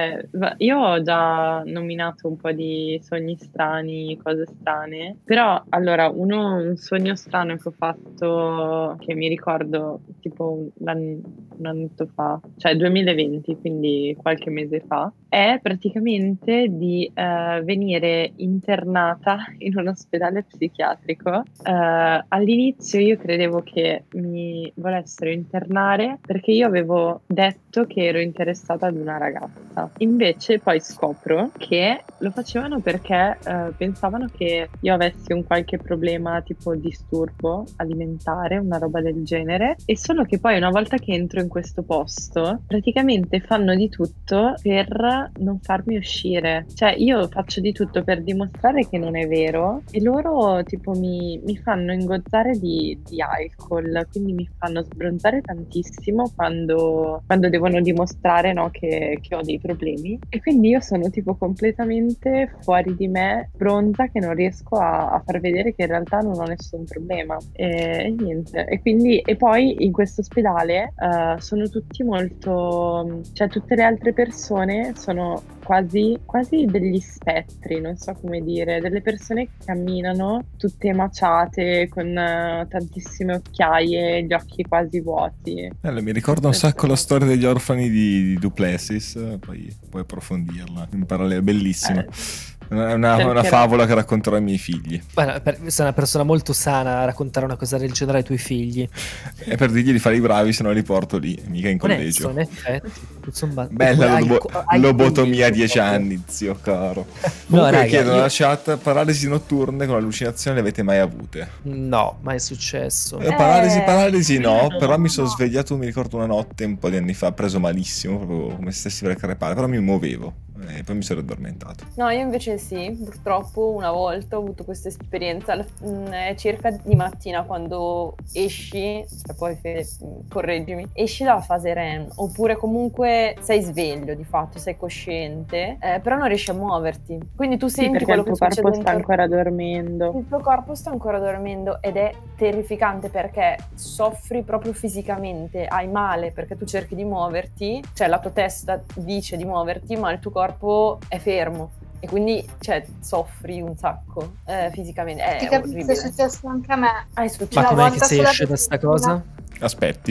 Speaker 3: io ho già nominato un po' di sogni strani, cose strane, però allora un sogno strano che ho fatto, che mi ricordo tipo un annetto fa, cioè 2020, quindi qualche mese fa, è praticamente di venire internata in un ospedale psichiatrico. All'inizio io credevo che mi volessero internare perché io avevo detto che ero interessata ad una ragazza. Invece poi scopro che lo facevano perché pensavano che io avessi un qualche problema tipo disturbo alimentare, una roba del genere, e solo che poi una volta che entro in questo posto praticamente fanno di tutto per non farmi uscire. Cioè io faccio di tutto per dimostrare che non è vero e loro tipo mi fanno ingozzare di alcol, quindi mi fanno sbronzare tantissimo quando devono dimostrare, no, che ho dei problemi, e quindi io sono tipo completamente fuori di me, bronza, che non riesco a far vedere che in realtà non ho nessun problema e niente. E poi in questo ospedale sono tutti molto, cioè tutte le altre persone sono quasi degli spettri, non so come dire, delle persone che camminano tutte maciate con tantissime occhiaie, gli occhi quasi vuoti.
Speaker 2: Mi ricorda un sacco la storia degli orfani di Duplessis, poi puoi approfondirla in parallelo, bellissima. È una favola che racconterò ai miei figli.
Speaker 1: Guarda, sei una persona molto sana a raccontare una cosa del genere ai tuoi figli.
Speaker 2: E per dirgli di fare i bravi, se no li porto lì, mica in collegio.
Speaker 1: In effetti, insomma,
Speaker 2: bella lobotomia a 10 anni, zio caro. Comunque chiedono nella chat, paralisi notturne con allucinazioni le avete mai avute?
Speaker 1: No, mai è successo.
Speaker 2: Paralisi no, però mi sono svegliato, mi ricordo una notte un po' di anni fa, preso malissimo, proprio come se stessi per crepare, però mi muovevo e poi mi sono addormentato.
Speaker 5: No, io invece sì, purtroppo una volta ho avuto questa esperienza, circa di mattina quando esci, e poi correggimi, esci dalla fase REM, oppure comunque sei sveglio di fatto, sei cosciente, però non riesci a muoverti, quindi tu senti quello che succede.
Speaker 3: Il tuo corpo sta ancora dormendo.
Speaker 5: Il tuo corpo sta ancora dormendo ed è terrificante perché soffri proprio fisicamente, hai male perché tu cerchi di muoverti, cioè la tua testa dice di muoverti ma il tuo corpo è fermo. E quindi, cioè, soffri un sacco fisicamente. È orribile.
Speaker 4: È successo anche a me.
Speaker 1: Ma com'è che si esce da sta cosa?
Speaker 2: Aspetti,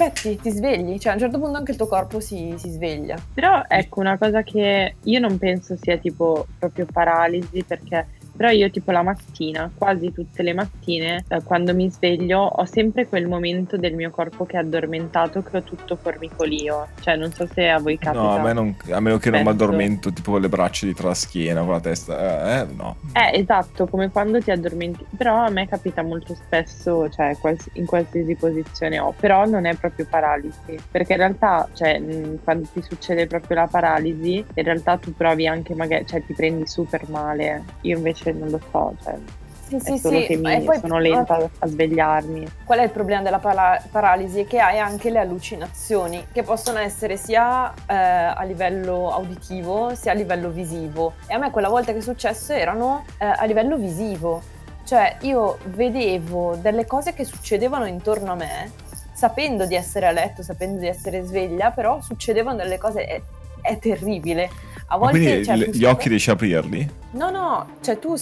Speaker 5: ti svegli. Cioè, a un certo punto anche il tuo corpo si sveglia.
Speaker 3: Però, ecco, una cosa che io non penso sia tipo proprio paralisi, perché... Però io tipo la mattina, quasi tutte le mattine, quando mi sveglio, ho sempre quel momento del mio corpo che è addormentato, che ho tutto formicolio. Cioè non so se a voi capita.
Speaker 2: No, a meno che non mi addormento tipo con le braccia dietro la schiena, con la testa, no.
Speaker 3: Esatto, come quando ti addormenti. Però a me capita molto spesso, cioè in qualsiasi posizione ho. Però non è proprio paralisi, perché in realtà, cioè quando ti succede proprio la paralisi, in realtà tu provi anche magari, cioè ti prendi super male. Io invece non lo so, cioè è solo che poi sono lenta a svegliarmi.
Speaker 5: Qual è il problema della paralisi? È che hai anche le allucinazioni, che possono essere sia a livello auditivo sia a livello visivo, e a me quella volta che è successo erano a livello visivo, cioè io vedevo delle cose che succedevano intorno a me sapendo di essere a letto, sapendo di essere sveglia, però succedevano delle cose, è terribile. A volte,
Speaker 2: quindi
Speaker 5: cioè,
Speaker 2: gli occhi riesci a aprirli?
Speaker 5: No, cioè tu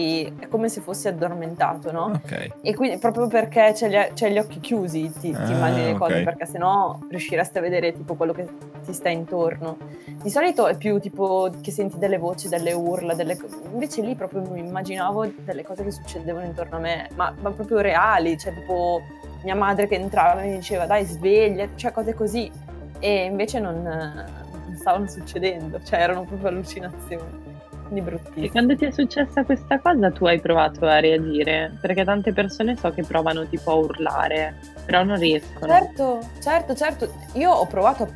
Speaker 5: è come se fossi addormentato, no?
Speaker 2: Ok.
Speaker 5: E quindi proprio perché c'hai gli occhi chiusi ti immagini le cose, perché sennò riusciresti a vedere tipo quello che ti sta intorno. Di solito è più tipo che senti delle voci, delle urla, invece lì proprio mi immaginavo delle cose che succedevano intorno a me, ma proprio reali, cioè tipo mia madre che entrava e mi diceva dai sveglia, cioè cose così, e invece non stavano succedendo, cioè erano proprio allucinazioni. Quindi bruttissimo.
Speaker 3: E quando ti è successa questa cosa tu hai provato a reagire? Perché tante persone so che provano tipo a urlare, però non riescono.
Speaker 5: Certo. Io ho provato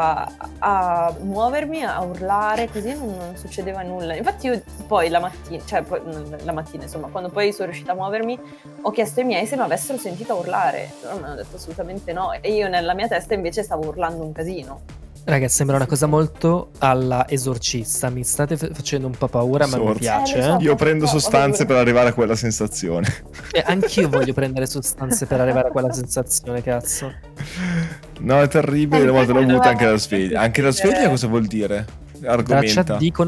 Speaker 5: a muovermi, a urlare, così non succedeva nulla. Infatti io poi la mattina, insomma, quando poi sono riuscita a muovermi, ho chiesto ai miei se mi avessero sentita urlare. Loro mi hanno detto assolutamente no. E io nella mia testa invece stavo urlando un casino.
Speaker 1: Ragazzi, sembra una cosa molto alla Esorcista. Mi state facendo un po' paura, ma mi piace.
Speaker 5: lo so.
Speaker 2: Io prendo sostanze per arrivare a quella sensazione.
Speaker 1: Anch'io voglio prendere sostanze per arrivare a quella sensazione, cazzo.
Speaker 2: No, è terribile, una volta l'ho avuta anche la sveglia. Anche la sveglia cosa vuol dire? Argomenta.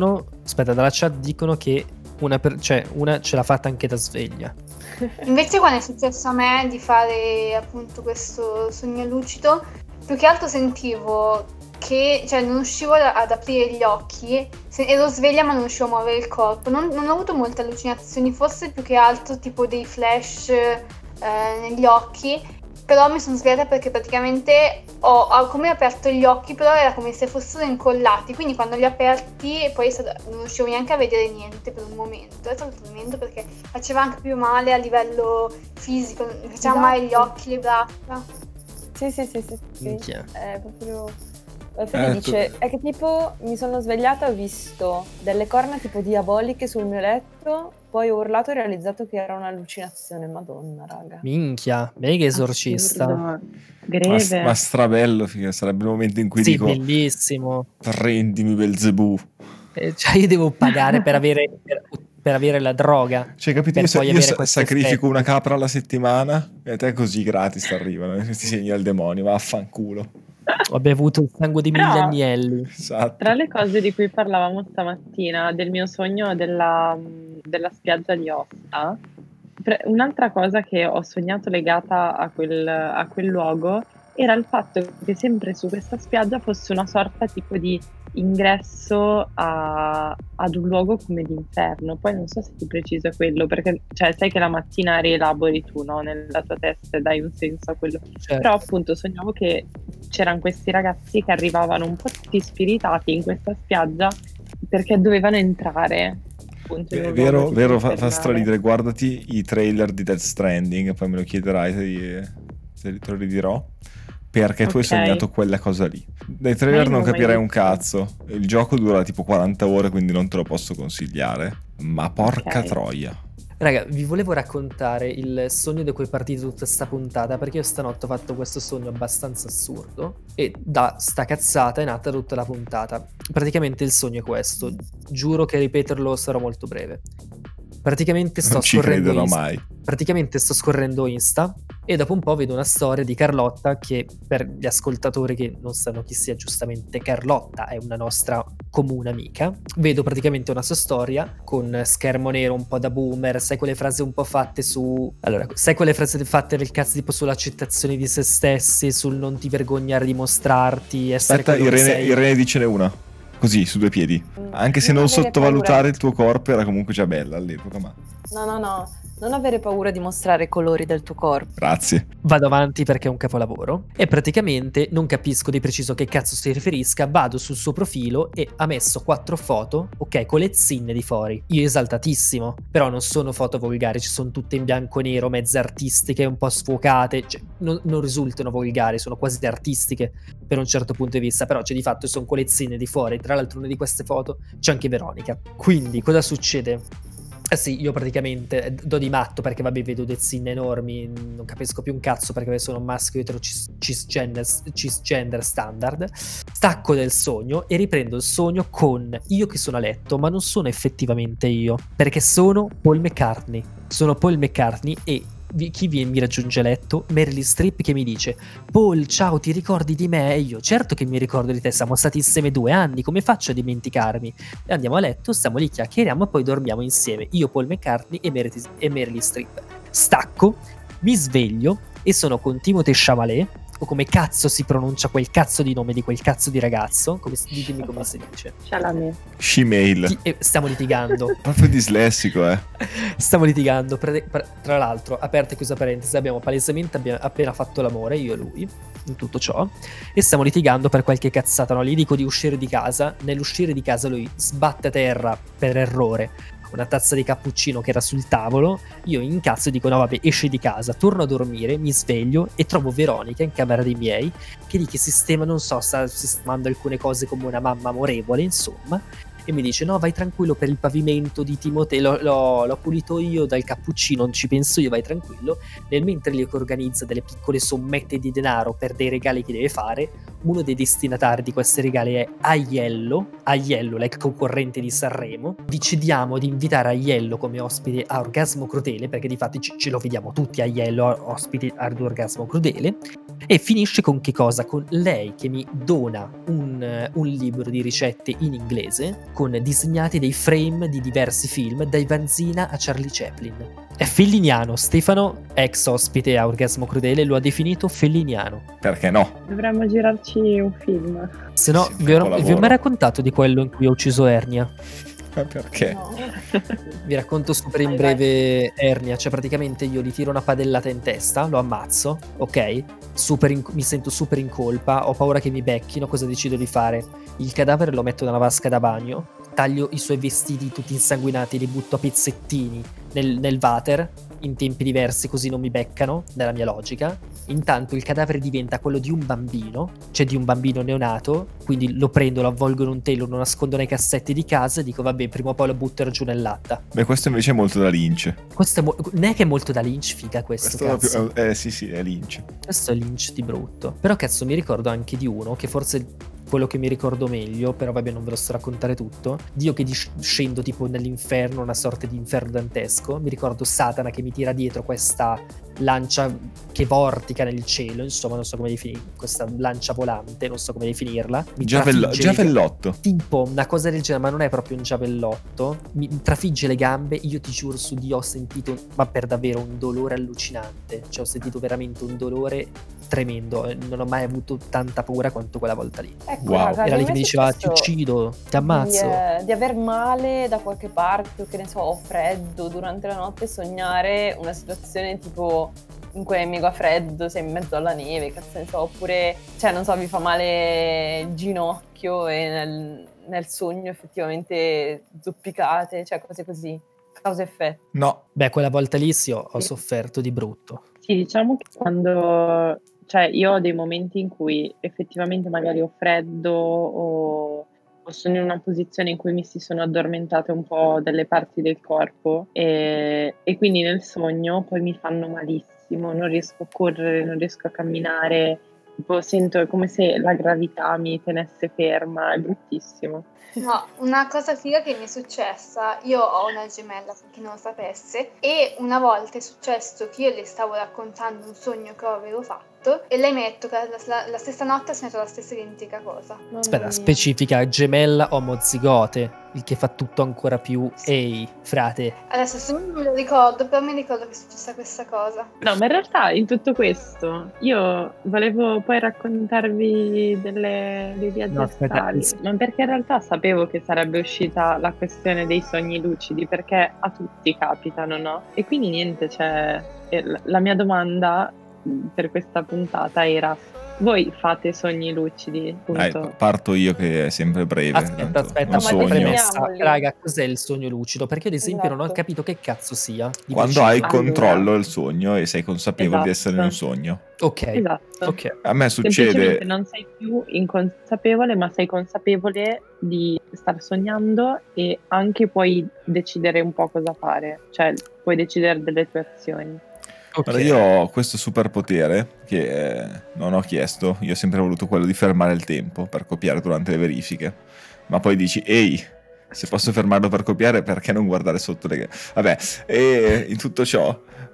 Speaker 1: Dalla chat dicono che una ce l'ha fatta anche da sveglia.
Speaker 4: Invece quando è successo a me di fare appunto questo sogno lucido, più che altro sentivo che non riuscivo ad aprire gli occhi, ero sveglia ma non riuscivo a muovere il corpo, non ho avuto molte allucinazioni, forse più che altro tipo dei flash negli occhi, però mi sono svegliata perché praticamente ho come aperto gli occhi, però era come se fossero incollati, quindi quando li ho aperti poi non riuscivo neanche a vedere niente per un momento, è stato tremendo perché faceva anche più male a livello fisico, mi faceva male gli occhi, le braccia.
Speaker 5: Sì.
Speaker 1: Minchia.
Speaker 5: È proprio... Fede dice, è che tipo mi sono svegliata e ho visto delle corna tipo diaboliche sul mio letto, poi ho urlato e ho realizzato che era un'allucinazione. Madonna, raga.
Speaker 1: Minchia, mega Esorcista.
Speaker 3: Assurdo. Greve.
Speaker 2: Ma strabello, figa, sarebbe il momento in cui
Speaker 1: Sì,
Speaker 2: dico
Speaker 1: bellissimo.
Speaker 2: prendimi Belzebù.
Speaker 1: Cioè io devo pagare per avere la droga.
Speaker 2: Cioè, capito? Io sacrifico una capra alla settimana e a te così gratis ti arrivano questi segni al demonio, vaffanculo.
Speaker 1: Ho bevuto il sangue di
Speaker 3: Però,
Speaker 1: mille agnelli.
Speaker 2: Esatto.
Speaker 3: Tra le cose di cui parlavamo stamattina, del mio sogno della spiaggia di Osta, un'altra cosa che ho sognato legata a quel luogo era il fatto che sempre su questa spiaggia fosse una sorta tipo di ingresso ad un luogo come l'inferno. Poi non so se ti preciso è quello, perché sai che la mattina rielabori tu, no? Nella tua testa e dai un senso a quello.
Speaker 1: Certo.
Speaker 3: Però appunto sognavo che c'erano questi ragazzi che arrivavano un po' tutti spiritati in questa spiaggia perché dovevano entrare.
Speaker 2: È vero, fa straridere. Guardati i trailer di Death Stranding, poi me lo chiederai se te lo ridirò. Perché tu hai sognato quella cosa lì. Dai trailer non capirei un cazzo. Il gioco dura tipo 40 ore, quindi non te lo posso consigliare. Ma porca troia.
Speaker 1: Raga, vi volevo raccontare il sogno da cui è partita tutta sta puntata, perché io stanotte ho fatto questo sogno abbastanza assurdo e da sta cazzata è nata tutta la puntata. Praticamente il sogno è questo, giuro che ripeterlo sarà molto breve. Praticamente sto scorrendo Insta e dopo un po' vedo una storia di Carlotta, che per gli ascoltatori che non sanno chi sia, giustamente Carlotta è una nostra comune amica. Vedo praticamente una sua storia con schermo nero un po' da boomer, sai quelle frasi un po' fatte sai quelle frasi fatte del cazzo tipo sull'accettazione di se stessi, sul non ti vergognare di mostrarti, essere
Speaker 2: Aspetta, Irene dicene una. Così, su due piedi. Anche se non sottovalutare il tuo corpo, era comunque già bella all'epoca, ma...
Speaker 5: No. Non avere paura di mostrare i colori del tuo corpo.
Speaker 2: Grazie.
Speaker 1: Vado avanti perché è un capolavoro. E praticamente non capisco di preciso che cazzo si riferisca. Vado sul suo profilo e ha messo 4 foto, ok, con le zinne di fuori. Io esaltatissimo. Però non sono foto volgari, ci sono tutte in bianco e nero, mezze artistiche, un po' sfocate. Cioè, non risultano volgari, sono quasi artistiche per un certo punto di vista. Però di fatto sono con le zinne di fuori. Tra l'altro una di queste foto c'è anche Veronica. Quindi cosa succede? Sì, io praticamente do di matto perché vedo dei zinne enormi, non capisco più un cazzo perché sono un maschio etero cisgender standard. Stacco del sogno e riprendo il sogno con io che sono a letto, ma non sono effettivamente io, perché sono Paul McCartney. Sono Paul McCartney e chi mi raggiunge a letto? Meryl Streep che mi dice: Paul, ciao, ti ricordi di me? E io, certo che mi ricordo di te, siamo stati insieme 2 anni, come faccio a dimenticarmi? E andiamo a letto, stiamo lì, chiacchieriamo e poi dormiamo insieme, io, Paul McCartney e Meryl Streep. Stacco, mi sveglio e sono con Timothée Chalamet, o come cazzo si pronuncia quel cazzo di nome di quel cazzo di ragazzo, ditemi come si dice.
Speaker 3: Chalamet.
Speaker 2: Shemail.
Speaker 1: Stiamo litigando.
Speaker 2: Proprio dislessico,
Speaker 1: Stiamo litigando. Tra l'altro, aperta e chiusa parentesi, abbiamo palesemente appena fatto l'amore, io e lui. in tutto ciò, e stiamo litigando per qualche cazzata, no? Gli dico di uscire di casa, nell'uscire di casa lui sbatte a terra per errore una tazza di cappuccino che era sul tavolo, io incazzo e dico no vabbè, esci di casa, torno a dormire, mi sveglio e trovo Veronica in camera dei miei che lì che sistema, non so, sta sistemando alcune cose come una mamma amorevole, insomma, e mi dice no vai tranquillo, per il pavimento di Timoteo l'ho pulito io, dal cappuccino non ci penso io, vai tranquillo. Nel mentre lì che organizza delle piccole sommette di denaro per dei regali che deve fare, uno dei destinatari di questi regali è Aiello, l'ex concorrente di Sanremo. Decidiamo di invitare Aiello come ospite a Orgasmo Crudele, perché di fatti ce lo vediamo tutti Aiello ospite ad Orgasmo Crudele. E finisce con che cosa? Con lei che mi dona un libro di ricette in inglese con disegnati dei frame di diversi film, da Vanzina a Charlie Chaplin. È felliniano. Stefano, ex ospite a Orgasmo Crudele, lo ha definito felliniano.
Speaker 2: Perché no?
Speaker 3: Dovremmo girarci un film.
Speaker 1: Se no,
Speaker 2: Sì,
Speaker 1: vi ho mai raccontato di quello in cui ho ucciso Ernia?
Speaker 2: Perché?
Speaker 5: No.
Speaker 1: Vi racconto super in breve Ernia, cioè praticamente io gli tiro una padellata in testa, lo ammazzo, ok? Mi sento super in colpa, ho paura che mi becchino, cosa decido di fare? Il cadavere lo metto nella vasca da bagno, taglio i suoi vestiti tutti insanguinati, li butto a pezzettini nel water, in tempi diversi così non mi beccano, nella mia logica. Intanto il cadavere diventa quello di un bambino, cioè di un bambino neonato, quindi lo prendo, lo avvolgo in un telo, lo nascondo nei cassetti di casa e dico vabbè, prima o poi lo butterò giù nel latta.
Speaker 2: Beh, questo invece è molto da Lynch.
Speaker 1: Questo non è che è molto da Lynch, figa questo cazzo.
Speaker 2: Sì, è Lynch.
Speaker 1: Questo è Lynch di brutto. Però cazzo, mi ricordo anche di uno che forse quello che mi ricordo meglio, però vabbè non ve lo sto a raccontare tutto, di io che scendo tipo nell'inferno, una sorta di inferno dantesco, mi ricordo Satana che mi tira dietro questa lancia che vortica nel cielo, insomma non so come definire, questa lancia volante, non so come definirla.
Speaker 2: Giavellotto.
Speaker 1: Tipo una cosa del genere, ma non è proprio un giavellotto, mi trafigge le gambe, io ti giuro su Dio ho sentito, ma per davvero un dolore allucinante, cioè ho sentito veramente un dolore tremendo, non ho mai avuto tanta paura quanto quella volta lì.
Speaker 5: Ecco,
Speaker 2: Wow.
Speaker 5: raga,
Speaker 1: Era lì
Speaker 5: a
Speaker 1: che
Speaker 5: me
Speaker 1: mi
Speaker 5: è
Speaker 1: diceva ti
Speaker 5: successo
Speaker 1: uccido, ti ammazzo.
Speaker 5: di aver male da qualche parte, o che ne so, ho freddo durante la notte, sognare una situazione tipo in cui è mega freddo, sei in mezzo alla neve, cazzo ne so, oppure, cioè non so, mi fa male il ginocchio e nel sogno effettivamente zoppicate, cioè cose così, causa effetto.
Speaker 2: No.
Speaker 1: Beh, quella volta lì sì, ho sofferto di brutto.
Speaker 3: Sì, diciamo che quando, cioè io ho dei momenti in cui effettivamente magari ho freddo o sono in una posizione in cui mi si sono addormentate un po' delle parti del corpo e quindi nel sogno poi mi fanno malissimo, non riesco a correre, non riesco a camminare, tipo sento come se la gravità mi tenesse ferma, è bruttissimo.
Speaker 4: No, una cosa figa che mi è successa, io ho una gemella, per chi non lo sapesse, e una volta è successo che io le stavo raccontando un sogno che avevo fatto e lei mi ha detto che la stessa notte ha sognato la stessa identica cosa.
Speaker 5: Mamma
Speaker 1: Aspetta,
Speaker 5: mia.
Speaker 1: specifica gemella omozigote, il che fa tutto ancora più ehi, frate.
Speaker 4: Adesso se non me lo ricordo, però mi ricordo che è successa questa cosa.
Speaker 3: No, ma in realtà in tutto questo io volevo poi raccontarvi dei viaggi
Speaker 1: No, aspetta,
Speaker 3: astrali, ma perché in realtà sapevo che sarebbe uscita la questione dei sogni lucidi, perché a tutti capitano, no? E quindi niente, cioè, la mia domanda per questa puntata era: voi fate sogni lucidi? Punto.
Speaker 2: Parto io che è sempre breve.
Speaker 1: Aspetta,
Speaker 2: un
Speaker 5: ma
Speaker 2: sogno.
Speaker 1: premessa.
Speaker 5: definiamoli.
Speaker 1: Raga, cos'è il sogno lucido? Perché io ad esempio non ho
Speaker 5: Esatto.
Speaker 1: capito che cazzo sia. di
Speaker 2: Quando hai
Speaker 1: preciso.
Speaker 2: controllo del sogno e sei consapevole di
Speaker 3: Esatto.
Speaker 2: essere in un sogno.
Speaker 1: Ok,
Speaker 3: Esatto.
Speaker 1: ok.
Speaker 2: A me
Speaker 3: Semplicemente
Speaker 2: succede.
Speaker 3: non sei più inconsapevole, ma sei consapevole di star sognando e anche puoi decidere un po' cosa fare, cioè puoi decidere delle tue azioni.
Speaker 2: Allora, io ho questo superpotere che non ho chiesto, io ho sempre voluto quello di fermare il tempo per copiare durante le verifiche, ma poi dici, ehi, se posso fermarlo per copiare, perché non guardare sotto le... Vabbè, e in tutto ciò,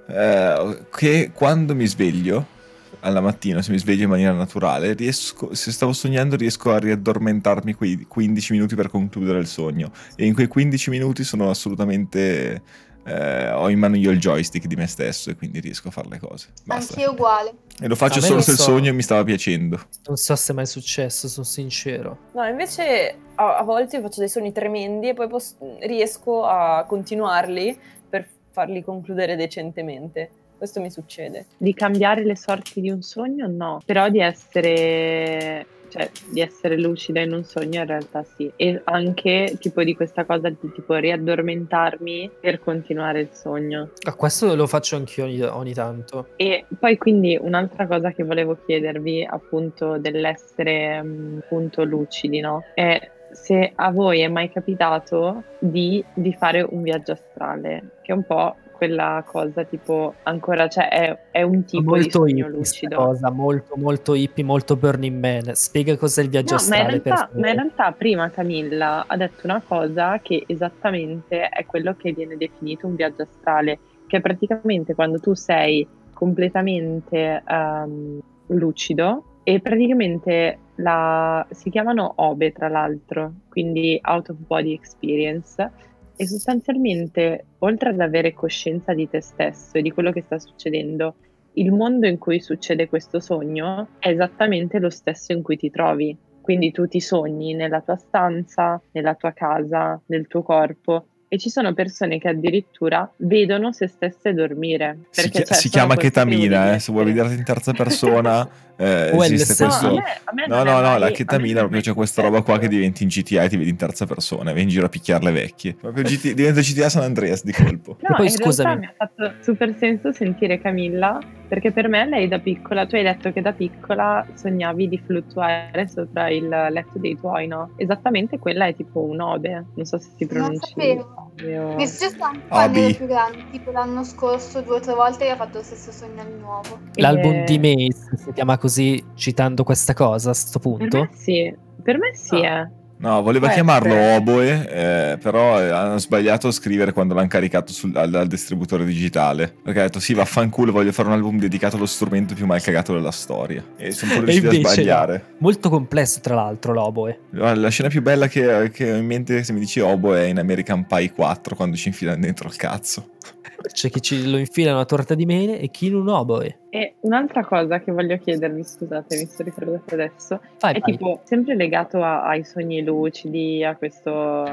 Speaker 2: che quando mi sveglio, alla mattina, se mi sveglio in maniera naturale, se stavo sognando riesco a riaddormentarmi quei 15 minuti per concludere il sogno, e in quei 15 minuti sono assolutamente... ho in mano io il joystick di me stesso e quindi riesco a fare le cose. Basta.
Speaker 4: Anch'io uguale.
Speaker 2: E lo faccio
Speaker 1: A me
Speaker 2: solo
Speaker 1: non
Speaker 2: se il
Speaker 1: so.
Speaker 2: sogno mi stava piacendo.
Speaker 1: Non so se è mai successo, sono sincero.
Speaker 5: No, invece a volte io faccio dei sogni tremendi e poi riesco a continuarli per farli concludere decentemente. questo mi succede.
Speaker 3: Di cambiare le sorti di un sogno no, però di essere lucida in un sogno in realtà sì, e anche tipo di questa cosa di tipo riaddormentarmi per continuare il sogno.
Speaker 1: Questo lo faccio anch'io ogni tanto.
Speaker 3: E poi quindi un'altra cosa che volevo chiedervi appunto dell'essere appunto lucidi, no? È se a voi è mai capitato di fare un viaggio astrale, che è un po' quella cosa tipo ancora, cioè è un tipo di
Speaker 1: Molto
Speaker 3: sogno
Speaker 1: hippie sta
Speaker 3: lucido.
Speaker 1: cosa, molto hippie, molto Burning Man. Spiega cos'è il viaggio
Speaker 3: No, ma in
Speaker 1: astrale, per
Speaker 3: realtà,
Speaker 1: favore.
Speaker 3: prima Camilla ha detto una cosa che esattamente è quello che viene definito un viaggio astrale, che è praticamente quando tu sei completamente lucido e praticamente si chiamano OBE tra l'altro, quindi Out of Body Experience, e sostanzialmente oltre ad avere coscienza di te stesso e di quello che sta succedendo, il mondo in cui succede questo sogno è esattamente lo stesso in cui ti trovi. Quindi tu ti sogni nella tua stanza, nella tua casa, nel tuo corpo, e ci sono persone che addirittura vedono se stesse dormire. Perché
Speaker 2: Si
Speaker 3: sono
Speaker 2: chiama
Speaker 3: consapevoli di
Speaker 2: chetamina, se vuoi
Speaker 3: essere.
Speaker 2: vederti in terza persona,
Speaker 1: O
Speaker 2: esiste
Speaker 1: LSD.
Speaker 3: No,
Speaker 2: questo.
Speaker 3: a me
Speaker 2: No,
Speaker 3: non è
Speaker 2: no, no, la
Speaker 3: mai, a me
Speaker 2: chetamina,
Speaker 3: non è
Speaker 2: proprio
Speaker 3: mai
Speaker 2: c'è questa roba qua che
Speaker 3: successo.
Speaker 2: diventi in GTA e ti vedi in terza persona, vai in giro a picchiare le vecchie. Proprio diventa GTA San Andreas di colpo.
Speaker 1: E
Speaker 3: No,
Speaker 1: poi
Speaker 3: in realtà
Speaker 1: scusami,
Speaker 3: mi ha fatto super senso sentire Camilla, perché per me lei da piccola, tu hai detto che da piccola sognavi di fluttuare sopra il letto dei tuoi, no? Esattamente quella è tipo un ode, non so se si
Speaker 4: Non
Speaker 3: pronunci
Speaker 4: sapevo.
Speaker 3: ode o.
Speaker 4: Mi è successo anche quando ero
Speaker 2: Abi.
Speaker 4: più grande, tipo l'anno scorso 2 o 3 volte e ho fatto lo stesso sogno di nuovo.
Speaker 1: l'album di
Speaker 3: E
Speaker 1: Mace si chiama così, citando questa cosa a sto punto.
Speaker 3: per me sì,
Speaker 1: Ah.
Speaker 2: No, voleva
Speaker 3: può
Speaker 2: chiamarlo
Speaker 3: essere.
Speaker 2: Oboe, però hanno sbagliato a scrivere quando l'hanno caricato al distributore digitale. Perché ha detto sì, vaffanculo, voglio fare un album dedicato allo strumento più mal cagato della storia. E sono pure
Speaker 1: E
Speaker 2: riusciti a
Speaker 1: invece no.
Speaker 2: sbagliare.
Speaker 1: Molto complesso, tra l'altro, l'oboe.
Speaker 2: La scena più bella che ho in mente se mi dici Oboe è in American Pie 4 quando ci infilano dentro il cazzo.
Speaker 1: C'è chi lo infila in una torta di mele e chi in un oboe.
Speaker 3: E un'altra cosa che voglio chiedervi, scusate, mi sto ricordando adesso,
Speaker 1: Vai.
Speaker 3: è tipo sempre legato ai sogni lucidi, a questo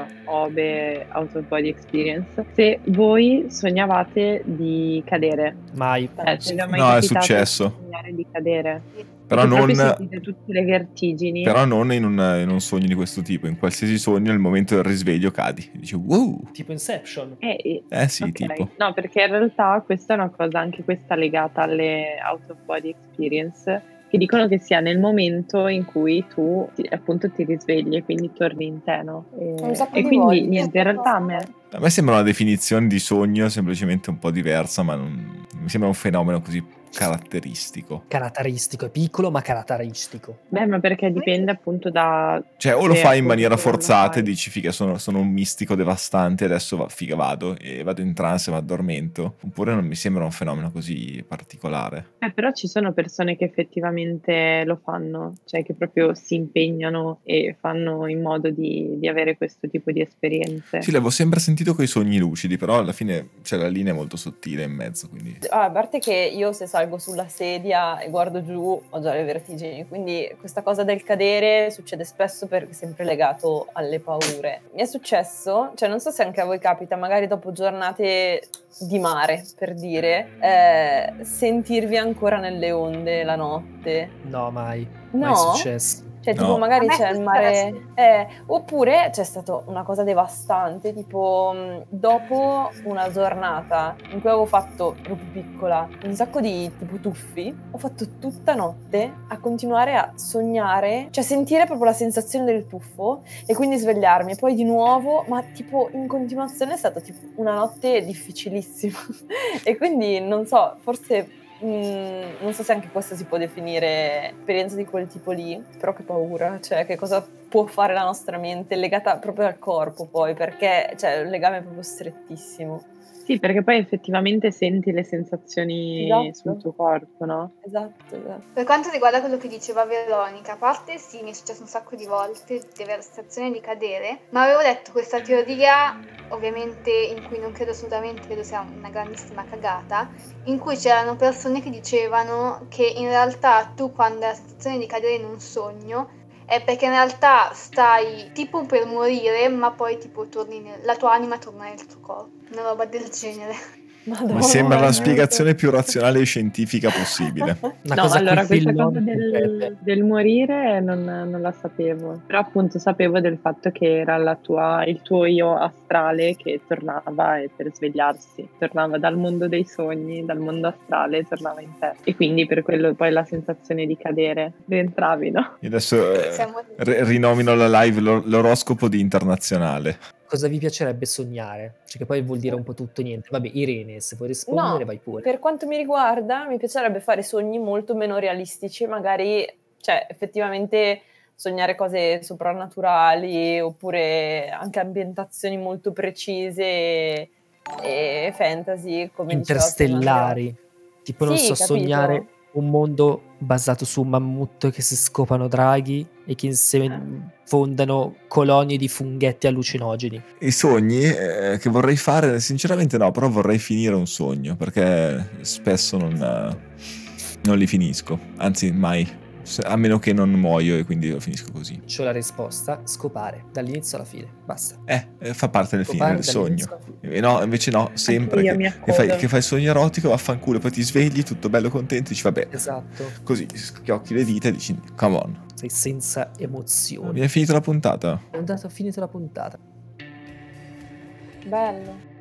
Speaker 3: OBE, Out of Body Experience. Se voi sognavate di cadere,
Speaker 1: Mai.
Speaker 3: cioè se vi è mai
Speaker 2: No, è
Speaker 3: capitato di
Speaker 2: successo.
Speaker 3: sognare di cadere e
Speaker 2: Però
Speaker 3: che proprio
Speaker 2: non,
Speaker 3: sentite tutte le vertigini.
Speaker 2: però non in un sogno di questo tipo. In qualsiasi sogno, nel momento del risveglio, cadi. E dici, wow.
Speaker 1: Tipo Inception.
Speaker 2: Sì,
Speaker 3: Ok.
Speaker 2: tipo.
Speaker 3: No, perché in realtà questa è una cosa anche questa legata alle out of body experience, che dicono che sia nel momento in cui tu appunto ti risvegli e quindi torni in te, no?
Speaker 5: Un sacco
Speaker 3: E
Speaker 5: di
Speaker 3: quindi
Speaker 5: volte.
Speaker 3: niente, in realtà a me.
Speaker 2: A me sembra una definizione di sogno semplicemente un po' diversa, ma non mi sembra un fenomeno così caratteristico.
Speaker 1: Caratteristico, è piccolo ma caratteristico.
Speaker 3: Beh, ma perché dipende appunto da.
Speaker 2: Cioè, o lo
Speaker 3: se
Speaker 2: fai in
Speaker 3: appunto
Speaker 2: maniera
Speaker 3: come lo
Speaker 2: forzata e
Speaker 3: fai.
Speaker 2: dici, figa, sono un mistico devastante, adesso figa vado, e vado in trance e mi addormento. Oppure non mi sembra un fenomeno così particolare.
Speaker 3: Però ci sono persone che effettivamente lo fanno, cioè che proprio si impegnano e fanno in modo di avere questo tipo di esperienze.
Speaker 2: Sì, l'avevo sempre sentito coi sogni lucidi, però alla fine c'è la linea molto sottile in mezzo, quindi.
Speaker 5: A parte che io se salgo sulla sedia e guardo giù ho già le vertigini, quindi questa cosa del cadere succede spesso perché è sempre legato alle paure. Mi è successo, cioè non so se anche a voi capita, magari dopo giornate di mare, per dire, sentirvi ancora nelle onde la notte.
Speaker 1: No, mai.
Speaker 5: No?
Speaker 1: Mai successo.
Speaker 5: Cioè,
Speaker 2: No.
Speaker 5: tipo, magari
Speaker 4: A me
Speaker 5: c'è il
Speaker 4: successo.
Speaker 5: mare. Oppure c'è stata una cosa devastante, tipo, dopo una giornata in cui avevo fatto, proprio piccola, un sacco di tipo tuffi, ho fatto tutta notte a continuare a sognare, cioè sentire proprio la sensazione del tuffo e quindi svegliarmi e poi di nuovo, ma tipo in continuazione è stata tipo una notte difficilissima. E quindi non so, forse. Non so se anche questa si può definire esperienza di quel tipo lì, però che paura, cioè che cosa può fare la nostra mente legata proprio al corpo poi, perché c'è un legame proprio strettissimo.
Speaker 3: Sì, perché poi effettivamente senti le sensazioni sul tuo corpo, no?
Speaker 5: Esatto.
Speaker 4: Per quanto riguarda quello che diceva Veronica, a parte sì, mi è successo un sacco di volte di avere la sensazione di cadere, ma avevo letto questa teoria, ovviamente in cui non credo assolutamente, credo sia una grandissima cagata, in cui c'erano persone che dicevano che in realtà tu quando hai la sensazione di cadere in un sogno è perché in realtà stai tipo per morire, ma poi tipo la tua anima torna nel tuo corpo, una roba del genere.
Speaker 5: Madonna,
Speaker 2: Mi sembra la
Speaker 3: aiuto.
Speaker 2: spiegazione più razionale e scientifica possibile.
Speaker 1: Una
Speaker 3: No,
Speaker 1: cosa
Speaker 3: allora
Speaker 1: a cui
Speaker 3: questa
Speaker 1: Fillon
Speaker 3: cosa
Speaker 1: crede.
Speaker 3: del morire non la sapevo, però appunto sapevo del fatto che era il tuo io astrale che tornava e per svegliarsi, tornava dal mondo dei sogni, dal mondo astrale, e tornava in te. E quindi per quello poi la sensazione di cadere, rientravi, no?
Speaker 2: Io adesso
Speaker 4: Siamo-
Speaker 2: rinomino la live l'oroscopo di Internazionale.
Speaker 1: Cosa vi piacerebbe sognare? Cioè che poi vuol dire un po' tutto e niente. Vabbè, Irene, se vuoi rispondere
Speaker 5: No,
Speaker 1: vai pure.
Speaker 5: per quanto mi riguarda, mi piacerebbe fare sogni molto meno realistici, magari, cioè, effettivamente sognare cose soprannaturali oppure anche ambientazioni molto precise e fantasy, come diceva prima Andrea.
Speaker 1: Interstellari. Tipo, non
Speaker 5: Sì,
Speaker 1: so,
Speaker 5: capito?
Speaker 1: sognare un mondo basato su mammut che si scopano draghi e che insieme fondano colonie di funghetti allucinogeni.
Speaker 2: I sogni che vorrei fare, sinceramente no, però vorrei finire un sogno, perché spesso non li finisco, anzi mai, a meno che non muoio e quindi lo finisco così.
Speaker 1: C'ho la risposta, scopare, dall'inizio alla fine, basta.
Speaker 2: Fa parte del
Speaker 1: Scopare
Speaker 2: del
Speaker 1: dall'inizio
Speaker 2: sogno.
Speaker 1: alla fine.
Speaker 2: E no, invece no, sempre
Speaker 3: Anche io mi accodo.
Speaker 2: che fai il sogno erotico, vaffanculo, poi ti svegli tutto bello contento e dici vabbè,
Speaker 1: Esatto,
Speaker 2: così schiocchi le dita e dici come on.
Speaker 1: sei senza emozioni.
Speaker 2: Mi è finita la puntata.
Speaker 1: È andato, ho finito la puntata.
Speaker 5: Bello.